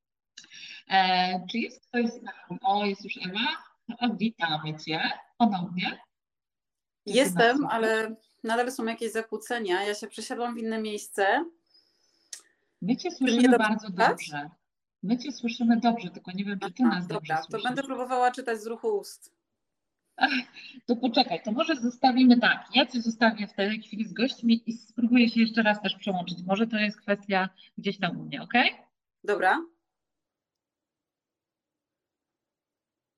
Czy jest ktoś z nami? O, jest już Ewa. Witamy Cię ponownie. Jestem, ale nadal są jakieś zakłócenia. Ja się przesiadłam w inne miejsce. My Cię słyszymy bardzo dobrze. My Cię słyszymy dobrze, tylko nie wiem, czy Ty nas dobrze słyszysz. To będę próbowała czytać z ruchu ust. To poczekaj, to może zostawimy tak. Ja Cię zostawię w tej chwili z gośćmi i spróbuję się jeszcze raz też przełączyć. Może to jest kwestia gdzieś tam u mnie, ok? Dobra.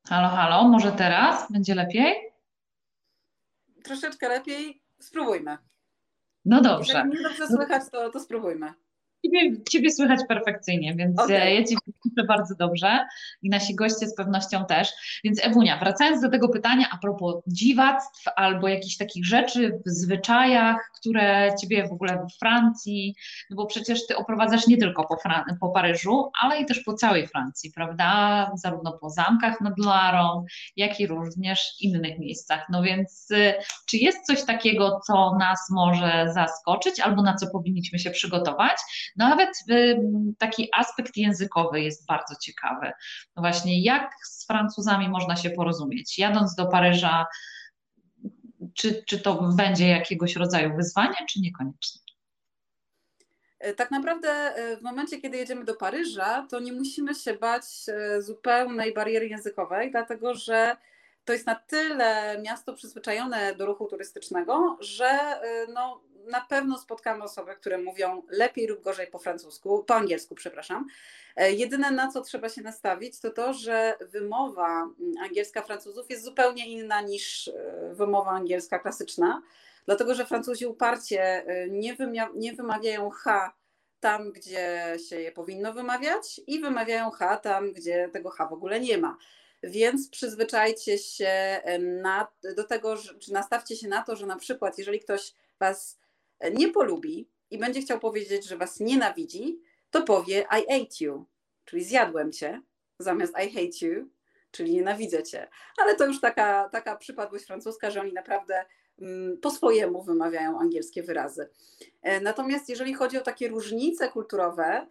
Halo, halo, może teraz będzie lepiej? Troszeczkę lepiej, spróbujmy. No Jeżeli dobrze. mnie dobrze słychać, to spróbujmy. Ciebie słychać perfekcyjnie, więc Okej. ja Cię słyszę bardzo dobrze i nasi goście z pewnością też. Więc Ewunia, wracając do tego pytania a propos dziwactw albo jakichś takich rzeczy w zwyczajach, które Ciebie w ogóle w Francji, no bo przecież Ty oprowadzasz nie tylko po Paryżu, ale i też po całej Francji, prawda? Zarówno po zamkach nad Loarą, jak i również innych miejscach. No więc czy jest coś takiego, co nas może zaskoczyć albo na co powinniśmy się przygotować? No nawet taki aspekt językowy jest bardzo ciekawy. No właśnie, jak z Francuzami można się porozumieć? Jadąc do Paryża, czy to będzie jakiegoś rodzaju wyzwanie, czy niekoniecznie? Tak naprawdę w momencie, kiedy jedziemy do Paryża, to nie musimy się bać zupełnej bariery językowej, dlatego że to jest na tyle miasto przyzwyczajone do ruchu turystycznego, że no, na pewno spotkamy osoby, które mówią lepiej lub gorzej po francusku, po angielsku, przepraszam. Jedyne, na co trzeba się nastawić, to to, że wymowa angielska Francuzów jest zupełnie inna niż wymowa angielska klasyczna. Dlatego, że Francuzi uparcie nie wymawiają H tam, gdzie się je powinno wymawiać i wymawiają H tam, gdzie tego H w ogóle nie ma. Więc przyzwyczajcie się do tego, czy nastawcie się na to, że na przykład jeżeli ktoś was nie polubi i będzie chciał powiedzieć, że was nienawidzi, to powie I hate you, czyli zjadłem cię, zamiast I hate you, czyli nienawidzę cię. Ale to już taka przypadłość francuska, że oni naprawdę po swojemu wymawiają angielskie wyrazy. Natomiast jeżeli chodzi o takie różnice kulturowe,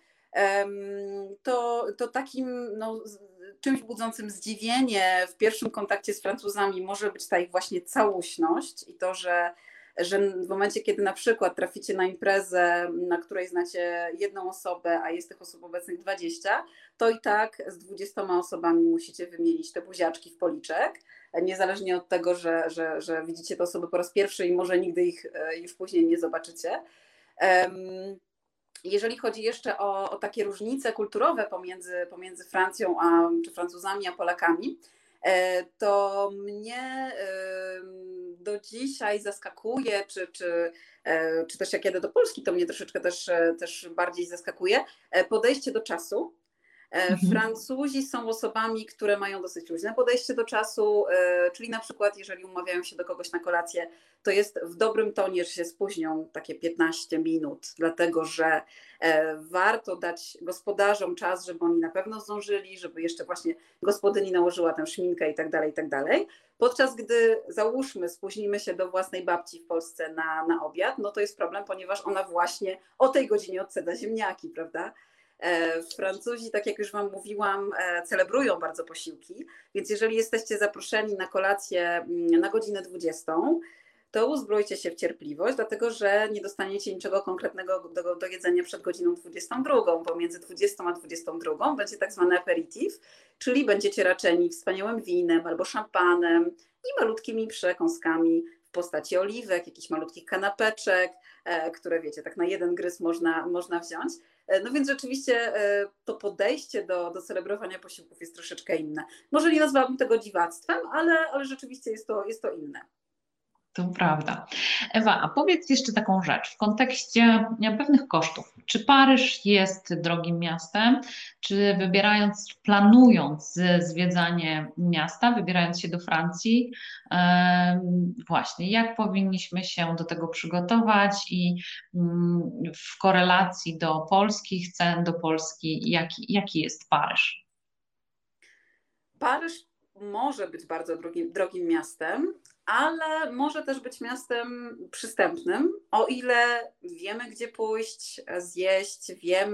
to takim no, czymś budzącym zdziwienie w pierwszym kontakcie z Francuzami może być ta ich właśnie całośność i to, że w momencie, kiedy na przykład traficie na imprezę, na której znacie jedną osobę, a jest tych osób obecnych 20, to i tak z 20 osobami musicie wymienić te buziaczki w policzek, niezależnie od tego, że widzicie te osoby po raz pierwszy i może nigdy ich już później nie zobaczycie. Jeżeli chodzi jeszcze o takie różnice kulturowe pomiędzy Francją czy Francuzami a Polakami, to mnie do dzisiaj zaskakuje, czy też jak jadę do Polski, to mnie troszeczkę też bardziej zaskakuje podejście do czasu. Mhm. Francuzi są osobami, które mają dosyć luźne podejście do czasu, czyli na przykład jeżeli umawiają się do kogoś na kolację, to jest w dobrym tonie, że się spóźnią takie 15 minut, dlatego że warto dać gospodarzom czas, żeby oni na pewno zdążyli, żeby jeszcze właśnie gospodyni nałożyła tę szminkę i tak dalej, i tak dalej. Podczas gdy załóżmy spóźnimy się do własnej babci w Polsce na obiad, no to jest problem, ponieważ ona właśnie o tej godzinie odceda ziemniaki, prawda? Francuzi, tak jak już Wam mówiłam, celebrują bardzo posiłki, więc jeżeli jesteście zaproszeni na kolację na godzinę 20, to uzbrójcie się w cierpliwość, dlatego że nie dostaniecie niczego konkretnego do jedzenia przed godziną 22. Pomiędzy 20 a 22 będzie tak zwany aperitif, czyli będziecie raczeni wspaniałym winem albo szampanem i malutkimi przekąskami w postaci oliwek, jakichś malutkich kanapeczek, które wiecie, tak na jeden gryz można wziąć. No więc rzeczywiście to podejście do celebrowania posiłków jest troszeczkę inne. Może nie nazwałabym tego dziwactwem, ale rzeczywiście jest to inne. To prawda. Ewa, a powiedz jeszcze taką rzecz w kontekście pewnych kosztów. Czy Paryż jest drogim miastem? Czy planując zwiedzanie miasta, wybierając się do Francji, właśnie, jak powinniśmy się do tego przygotować i w korelacji do polskich cen, do Polski, jaki jest Paryż? Paryż może być bardzo drogim miastem, ale może też być miastem przystępnym, o ile wiemy, gdzie pójść, zjeść,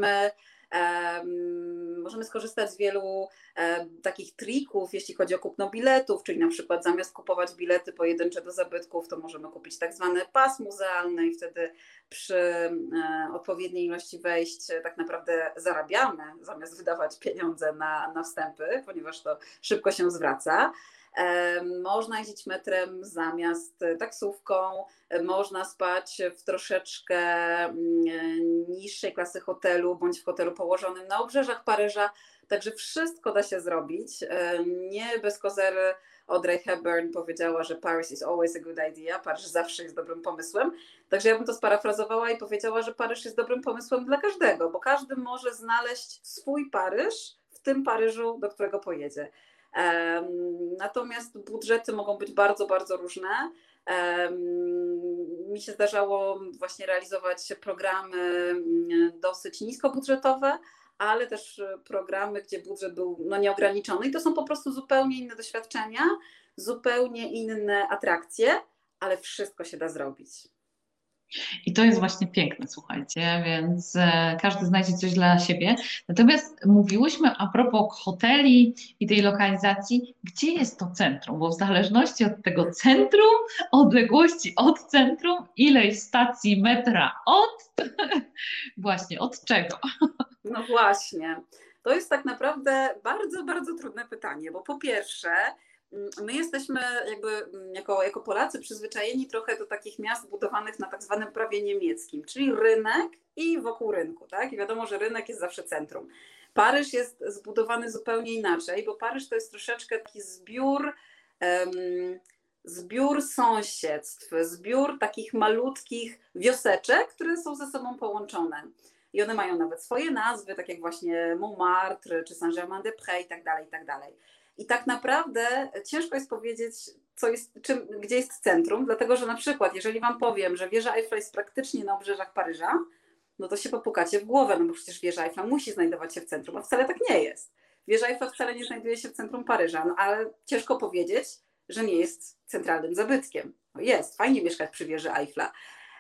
możemy skorzystać z wielu takich trików, jeśli chodzi o kupno biletów, czyli na przykład zamiast kupować bilety pojedyncze do zabytków, to możemy kupić tak zwany pas muzealny i wtedy przy odpowiedniej ilości wejść tak naprawdę zarabiamy, zamiast wydawać pieniądze na wstępy, ponieważ to szybko się zwraca. Można jeździć metrem zamiast taksówką, można spać w troszeczkę niższej klasy hotelu bądź w hotelu położonym na obrzeżach Paryża, Także wszystko da się zrobić. Nie bez kozery Audrey Hepburn powiedziała, że Paris is always a good idea, Paryż zawsze jest dobrym pomysłem. Także ja bym to sparafrazowała i powiedziała, że Paryż jest dobrym pomysłem dla każdego, bo każdy może znaleźć swój Paryż w tym Paryżu, do którego pojedzie. Natomiast budżety mogą być bardzo, bardzo różne. Mi się zdarzało właśnie realizować programy dosyć niskobudżetowe, ale też programy, gdzie budżet był nieograniczony i to są po prostu zupełnie inne doświadczenia, zupełnie inne atrakcje, ale wszystko się da zrobić. I to jest właśnie piękne, słuchajcie, więc każdy znajdzie coś dla siebie. Natomiast mówiłyśmy a propos hoteli i tej lokalizacji, gdzie jest to centrum, bo w zależności od tego centrum, odległości od centrum, ileś stacji metra od, właśnie od czego? No właśnie, to jest tak naprawdę bardzo, bardzo trudne pytanie, bo po pierwsze, my jesteśmy jakby jako Polacy przyzwyczajeni trochę do takich miast budowanych na tak zwanym prawie niemieckim, czyli rynek i wokół rynku, tak? I wiadomo, że rynek jest zawsze centrum. Paryż jest zbudowany zupełnie inaczej, bo Paryż to jest troszeczkę taki zbiór sąsiedztw, zbiór takich malutkich wioseczek, które są ze sobą połączone. I one mają nawet swoje nazwy, tak jak właśnie Montmartre czy Saint-Germain-des-Prés i tak dalej, i tak dalej. I tak naprawdę ciężko jest powiedzieć, gdzie jest centrum, dlatego że na przykład, jeżeli wam powiem, że wieża Eiffla jest praktycznie na obrzeżach Paryża, no to się popukacie w głowę, no bo przecież wieża Eiffla musi znajdować się w centrum, a wcale tak nie jest. Wieża Eiffla wcale nie znajduje się w centrum Paryża, no ale ciężko powiedzieć, że nie jest centralnym zabytkiem. No jest, fajnie mieszkać przy wieży Eiffla.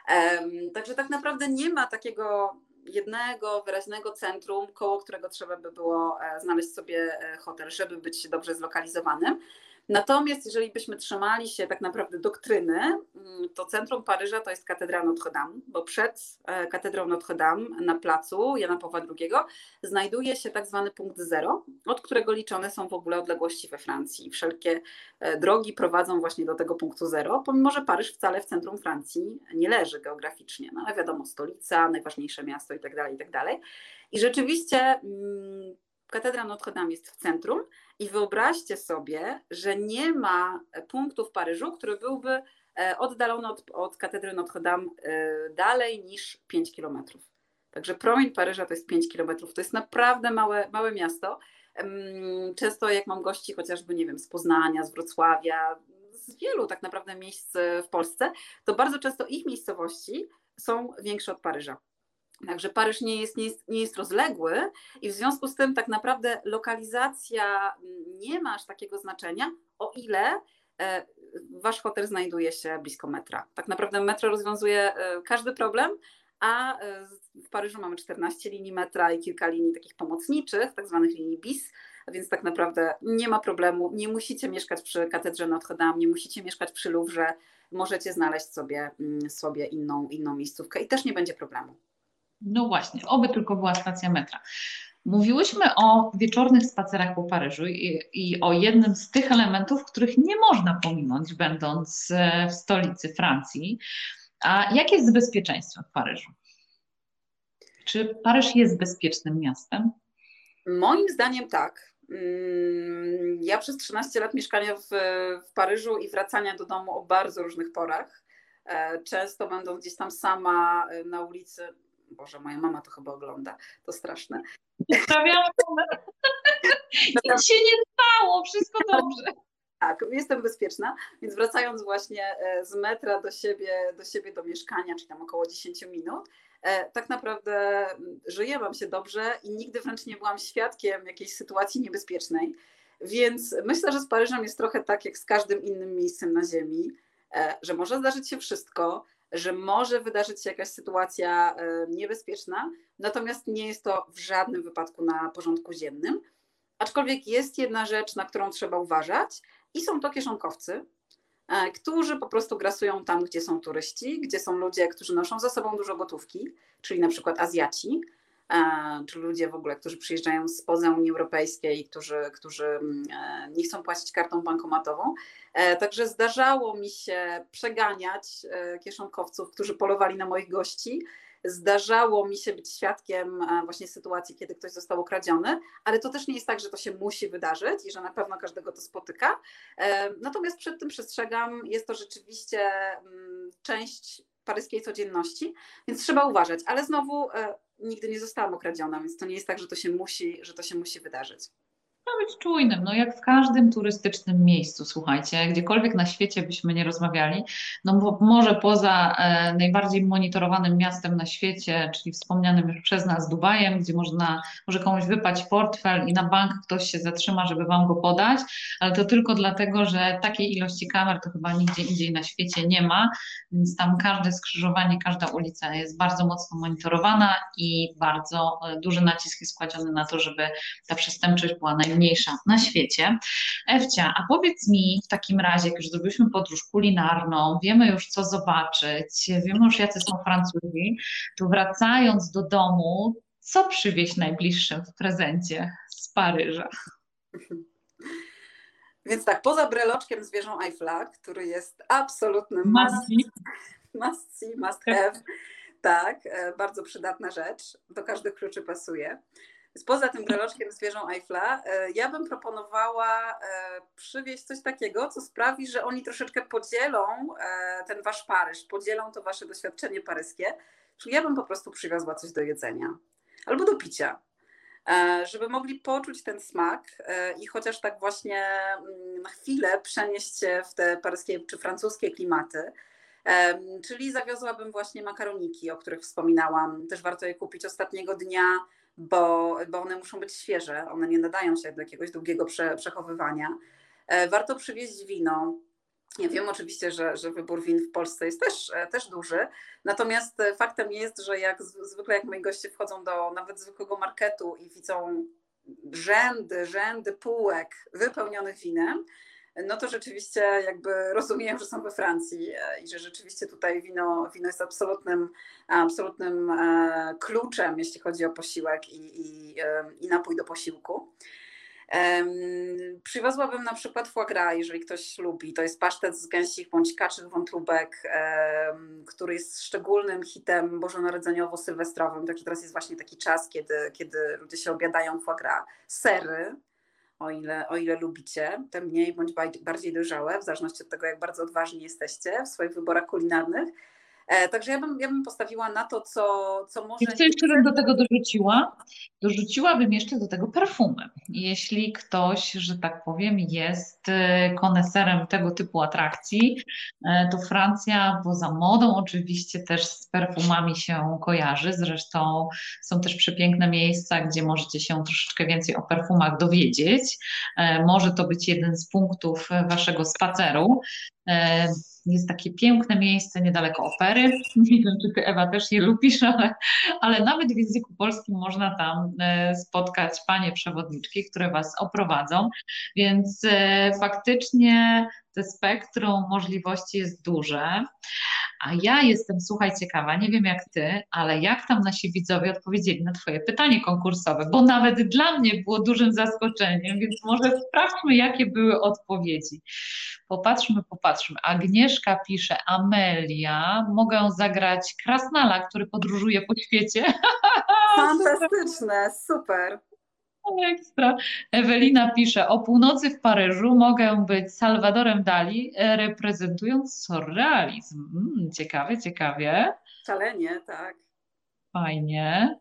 Także tak naprawdę nie ma takiego jednego wyraźnego centrum, koło którego trzeba by było znaleźć sobie hotel, żeby być dobrze zlokalizowanym. Natomiast jeżeli byśmy trzymali się tak naprawdę doktryny, to centrum Paryża to jest katedra Notre Dame, bo przed katedrą Notre Dame na placu Jana Pawła II znajduje się tak zwany punkt zero, od którego liczone są w ogóle odległości we Francji. Wszelkie drogi prowadzą właśnie do tego punktu zero, pomimo że Paryż wcale w centrum Francji nie leży geograficznie, no ale wiadomo, stolica, najważniejsze miasto i tak dalej, i tak dalej. I rzeczywiście katedra Notre Dame jest w centrum i wyobraźcie sobie, że nie ma punktu w Paryżu, który byłby oddalony od katedry Notre Dame dalej niż 5 kilometrów. Także promień Paryża to jest 5 kilometrów. To jest naprawdę małe miasto. Często jak mam gości chociażby, nie wiem, z Poznania, z Wrocławia, z wielu tak naprawdę miejsc w Polsce, to bardzo często ich miejscowości są większe od Paryża. Także Paryż nie jest rozległy i w związku z tym tak naprawdę lokalizacja nie ma aż takiego znaczenia, o ile wasz hotel znajduje się blisko metra. Tak naprawdę metro rozwiązuje każdy problem, a w Paryżu mamy 14 linii metra i kilka linii takich pomocniczych, tak zwanych linii bis, więc tak naprawdę nie ma problemu. Nie musicie mieszkać przy katedrze Notre Dame, nie musicie mieszkać przy Louvre, możecie znaleźć sobie inną miejscówkę i też nie będzie problemu. No właśnie, oby tylko była stacja metra. Mówiłyśmy o wieczornych spacerach po Paryżu i o jednym z tych elementów, których nie można pominąć, będąc w stolicy Francji. A jakie jest bezpieczeństwo w Paryżu? Czy Paryż jest bezpiecznym miastem? Moim zdaniem tak. Ja przez 13 lat mieszkania w Paryżu i wracania do domu o bardzo różnych porach, często będąc gdzieś tam sama na ulicy. Boże, moja mama to chyba ogląda, to straszne. Pozdrawiamy. Nic się nie stało, wszystko dobrze. Tak, jestem bezpieczna, więc wracając właśnie z metra do siebie do mieszkania, czyli tam około 10 minut, tak naprawdę żyję, mam się dobrze i nigdy wręcz nie byłam świadkiem jakiejś sytuacji niebezpiecznej, więc myślę, że z Paryżem jest trochę tak jak z każdym innym miejscem na ziemi, że może zdarzyć się wszystko, że może wydarzyć się jakaś sytuacja niebezpieczna, natomiast nie jest to w żadnym wypadku na porządku dziennym. Aczkolwiek jest jedna rzecz, na którą trzeba uważać i są to kieszonkowcy, którzy po prostu grasują tam, gdzie są turyści, gdzie są ludzie, którzy noszą za sobą dużo gotówki, czyli na przykład Azjaci, czy ludzie w ogóle, którzy przyjeżdżają spoza Unii Europejskiej, którzy nie chcą płacić kartą bankomatową. Także zdarzało mi się przeganiać kieszonkowców, którzy polowali na moich gości Zdarzało mi się być świadkiem właśnie sytuacji, kiedy ktoś został okradziony, ale to też nie jest tak, że to się musi wydarzyć i że na pewno każdego to spotyka. Natomiast przed tym przestrzegam, jest to rzeczywiście część paryskiej codzienności, więc trzeba uważać. Ale znowu nigdy nie zostałam okradziona, więc to nie jest tak, że to się musi wydarzyć. Trzeba być czujnym, no jak w każdym turystycznym miejscu, słuchajcie, gdziekolwiek na świecie byśmy nie rozmawiali, no bo może poza najbardziej monitorowanym miastem na świecie, czyli wspomnianym już przez nas Dubajem, gdzie może komuś wypaść portfel i na bank ktoś się zatrzyma, żeby wam go podać, ale to tylko dlatego, że takiej ilości kamer to chyba nigdzie indziej na świecie nie ma, więc tam każde skrzyżowanie, każda ulica jest bardzo mocno monitorowana i bardzo duży nacisk jest kładziony na to, żeby ta przestępczość była najmniejsza na świecie. Ewcia, a powiedz mi w takim razie, jak już zrobiliśmy podróż kulinarną, wiemy już co zobaczyć, wiemy już jacy są Francuzi, to wracając do domu, co przywieźć najbliższym w prezencie z Paryża? Więc tak, poza breloczkiem z wieżą Eiffla, który jest absolutnym must see, must have, tak, bardzo przydatna rzecz, do każdych kluczy pasuje. Więc poza tym breloczkiem z wieżą Eiffla, ja bym proponowała przywieźć coś takiego, co sprawi, że oni troszeczkę podzielą ten wasz Paryż, podzielą to wasze doświadczenie paryskie. Czyli ja bym po prostu przywiozła coś do jedzenia albo do picia, żeby mogli poczuć ten smak i chociaż tak właśnie na chwilę przenieść się w te paryskie czy francuskie klimaty. Czyli zawiozłabym właśnie makaroniki, o których wspominałam. Też warto je kupić ostatniego dnia, bo one muszą być świeże, one nie nadają się do jakiegoś długiego przechowywania. Warto przywieźć wino. Ja wiem oczywiście, że wybór win w Polsce jest też duży, natomiast faktem jest, że jak zwykle jak moi goście wchodzą do nawet zwykłego marketu i widzą rzędy półek wypełnionych winem, no to rzeczywiście jakby rozumiem, że są we Francji i że rzeczywiście tutaj wino jest absolutnym kluczem, jeśli chodzi o posiłek i napój do posiłku. Przywiozłabym na przykład foie gras, jeżeli ktoś lubi. To jest pasztet z gęsich bądź kaczych wątróbek, który jest szczególnym hitem bożonarodzeniowo-sylwestrowym. Także teraz jest właśnie taki czas, kiedy ludzie się obiadają foie gras. Sery, o ile lubicie, te mniej bądź bardziej dojrzałe, w zależności od tego, jak bardzo odważni jesteście w swoich wyborach kulinarnych. Także ja bym postawiła na to, co może... I co jeszcze bym do tego dorzuciła? Dorzuciłabym jeszcze do tego perfumy. Jeśli ktoś, że tak powiem, jest koneserem tego typu atrakcji, to Francja poza modą oczywiście też z perfumami się kojarzy. Zresztą są też przepiękne miejsca, gdzie możecie się troszeczkę więcej o perfumach dowiedzieć. Może to być jeden z punktów waszego spaceru. Jest takie piękne miejsce niedaleko opery. Nie wiem, czy ty, Ewa, też je lubisz, ale nawet w języku polskim można tam spotkać panie przewodniczki, które was oprowadzą, więc faktycznie te spektrum możliwości jest duże. A ja jestem, słuchaj, ciekawa, nie wiem jak ty, ale jak tam nasi widzowie odpowiedzieli na twoje pytanie konkursowe, bo nawet dla mnie było dużym zaskoczeniem, więc może sprawdźmy, jakie były odpowiedzi. Popatrzmy. Agnieszka pisze, Amelia, mogę zagrać Krasnala, który podróżuje po świecie. Fantastyczne, super. Ekstra. Ewelina pisze, o północy w Paryżu mogę być Salvadorem Dali, reprezentując surrealizm. Ciekawie. Szalenie, tak. Fajnie.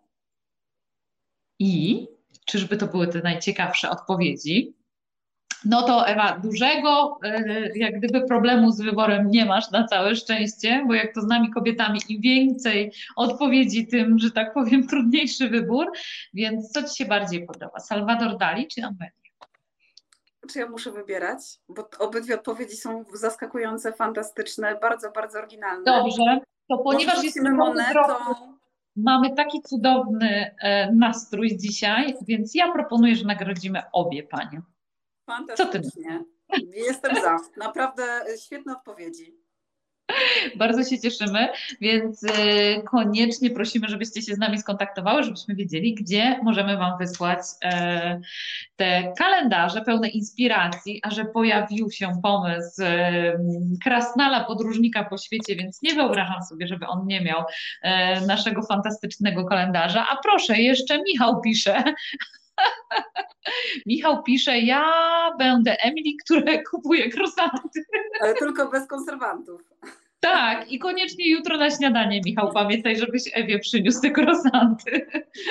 I czyżby to były te najciekawsze odpowiedzi? No to Ewa, dużego jak gdyby problemu z wyborem nie masz na całe szczęście, bo jak to z nami kobietami, im więcej odpowiedzi, tym, że tak powiem, trudniejszy wybór. Więc co ci się bardziej podoba? Salvador Dali czy Amelia? Czy ja muszę wybierać? Bo obydwie odpowiedzi są zaskakujące, fantastyczne, bardzo, bardzo oryginalne. Dobrze, to ponieważ jesteśmy monetą... Mamy taki cudowny nastrój dzisiaj, więc ja proponuję, że nagrodzimy obie panie. Fantastycznie. Jestem za. Naprawdę świetne odpowiedzi. Bardzo się cieszymy, więc koniecznie prosimy, żebyście się z nami skontaktowały, żebyśmy wiedzieli, gdzie możemy Wam wysłać te kalendarze pełne inspiracji, a że pojawił się pomysł krasnala podróżnika po świecie, więc nie wyobrażam sobie, żeby on nie miał naszego fantastycznego kalendarza. A proszę, jeszcze Michał pisze. Michał pisze, ja będę Emily, która kupuje krosanty. Ale tylko bez konserwantów. Tak, i koniecznie jutro na śniadanie, Michał, pamiętaj, żebyś Ewie przyniósł te krosanty.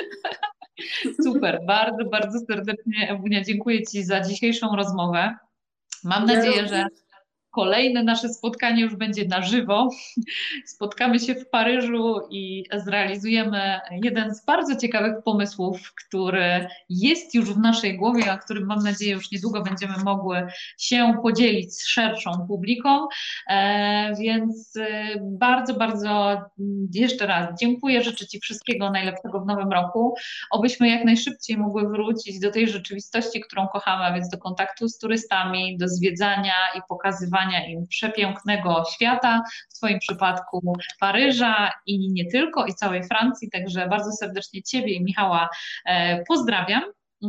Super, bardzo, bardzo serdecznie, Ewunia, dziękuję Ci za dzisiejszą rozmowę. Mam nadzieję, że kolejne nasze spotkanie już będzie na żywo. Spotkamy się w Paryżu i zrealizujemy jeden z bardzo ciekawych pomysłów, który jest już w naszej głowie, a którym mam nadzieję już niedługo będziemy mogły się podzielić z szerszą publiką. Więc bardzo, bardzo jeszcze raz dziękuję, życzę Ci wszystkiego najlepszego w nowym roku. Obyśmy jak najszybciej mogły wrócić do tej rzeczywistości, którą kochamy, a więc do kontaktu z turystami, do zwiedzania i pokazywania im przepięknego świata, w Twoim przypadku Paryża i nie tylko, i całej Francji. Także bardzo serdecznie Ciebie i Michała pozdrawiam.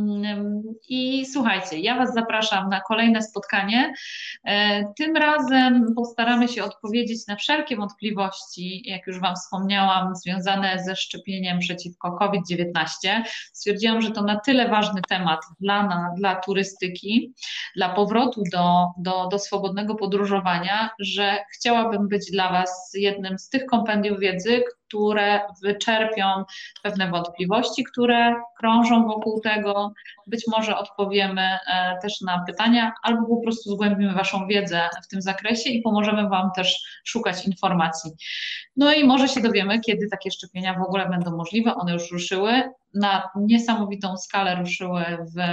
I słuchajcie, ja Was zapraszam na kolejne spotkanie. Tym razem postaramy się odpowiedzieć na wszelkie wątpliwości, jak już Wam wspomniałam, związane ze szczepieniem przeciwko COVID-19. Stwierdziłam, że to na tyle ważny temat dla turystyki, dla powrotu do swobodnego podróżowania, że chciałabym być dla Was jednym z tych kompendiów wiedzy, które wyczerpią pewne wątpliwości, które krążą wokół tego. Być może odpowiemy też na pytania, albo po prostu zgłębimy Waszą wiedzę w tym zakresie i pomożemy Wam też szukać informacji. No i może się dowiemy, kiedy takie szczepienia w ogóle będą możliwe. One już ruszyły, na niesamowitą skalę ruszyły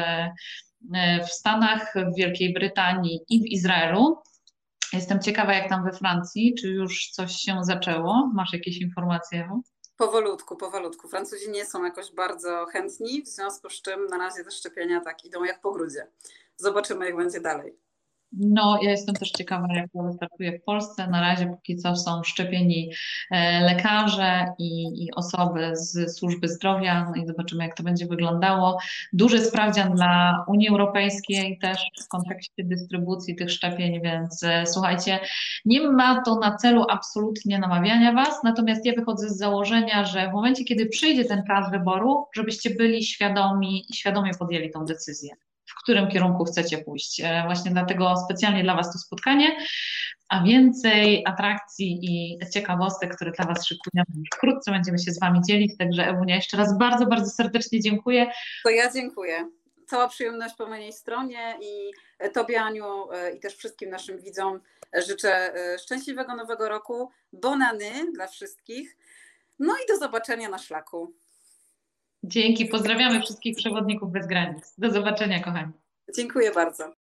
w Stanach, w Wielkiej Brytanii i w Izraelu. Jestem ciekawa, jak tam we Francji, czy już coś się zaczęło? Masz jakieś informacje, Ewo? Powolutku, powolutku. Francuzi nie są jakoś bardzo chętni, w związku z czym na razie te szczepienia tak idą jak po grudzie. Zobaczymy, jak będzie dalej. No, ja jestem też ciekawa, jak to wystartuje w Polsce. Na razie póki co są szczepieni lekarze i osoby z służby zdrowia. No i zobaczymy, jak to będzie wyglądało. Duży sprawdzian dla Unii Europejskiej też w kontekście dystrybucji tych szczepień, więc słuchajcie, nie ma to na celu absolutnie namawiania Was, natomiast ja wychodzę z założenia, że w momencie, kiedy przyjdzie ten czas wyboru, żebyście byli świadomi i świadomie podjęli tą decyzję, w którym kierunku chcecie pójść. Właśnie dlatego specjalnie dla Was to spotkanie, a więcej atrakcji i ciekawostek, które dla Was szykujemy, wkrótce będziemy się z Wami dzielić. Także Ewunia, jeszcze raz bardzo, bardzo serdecznie dziękuję. To ja dziękuję. Cała przyjemność po mojej stronie i Tobie, Aniu, i też wszystkim naszym widzom życzę szczęśliwego nowego roku, bonany dla wszystkich, no i do zobaczenia na szlaku. Dzięki, pozdrawiamy wszystkich przewodników bez granic. Do zobaczenia, kochani. Dziękuję bardzo.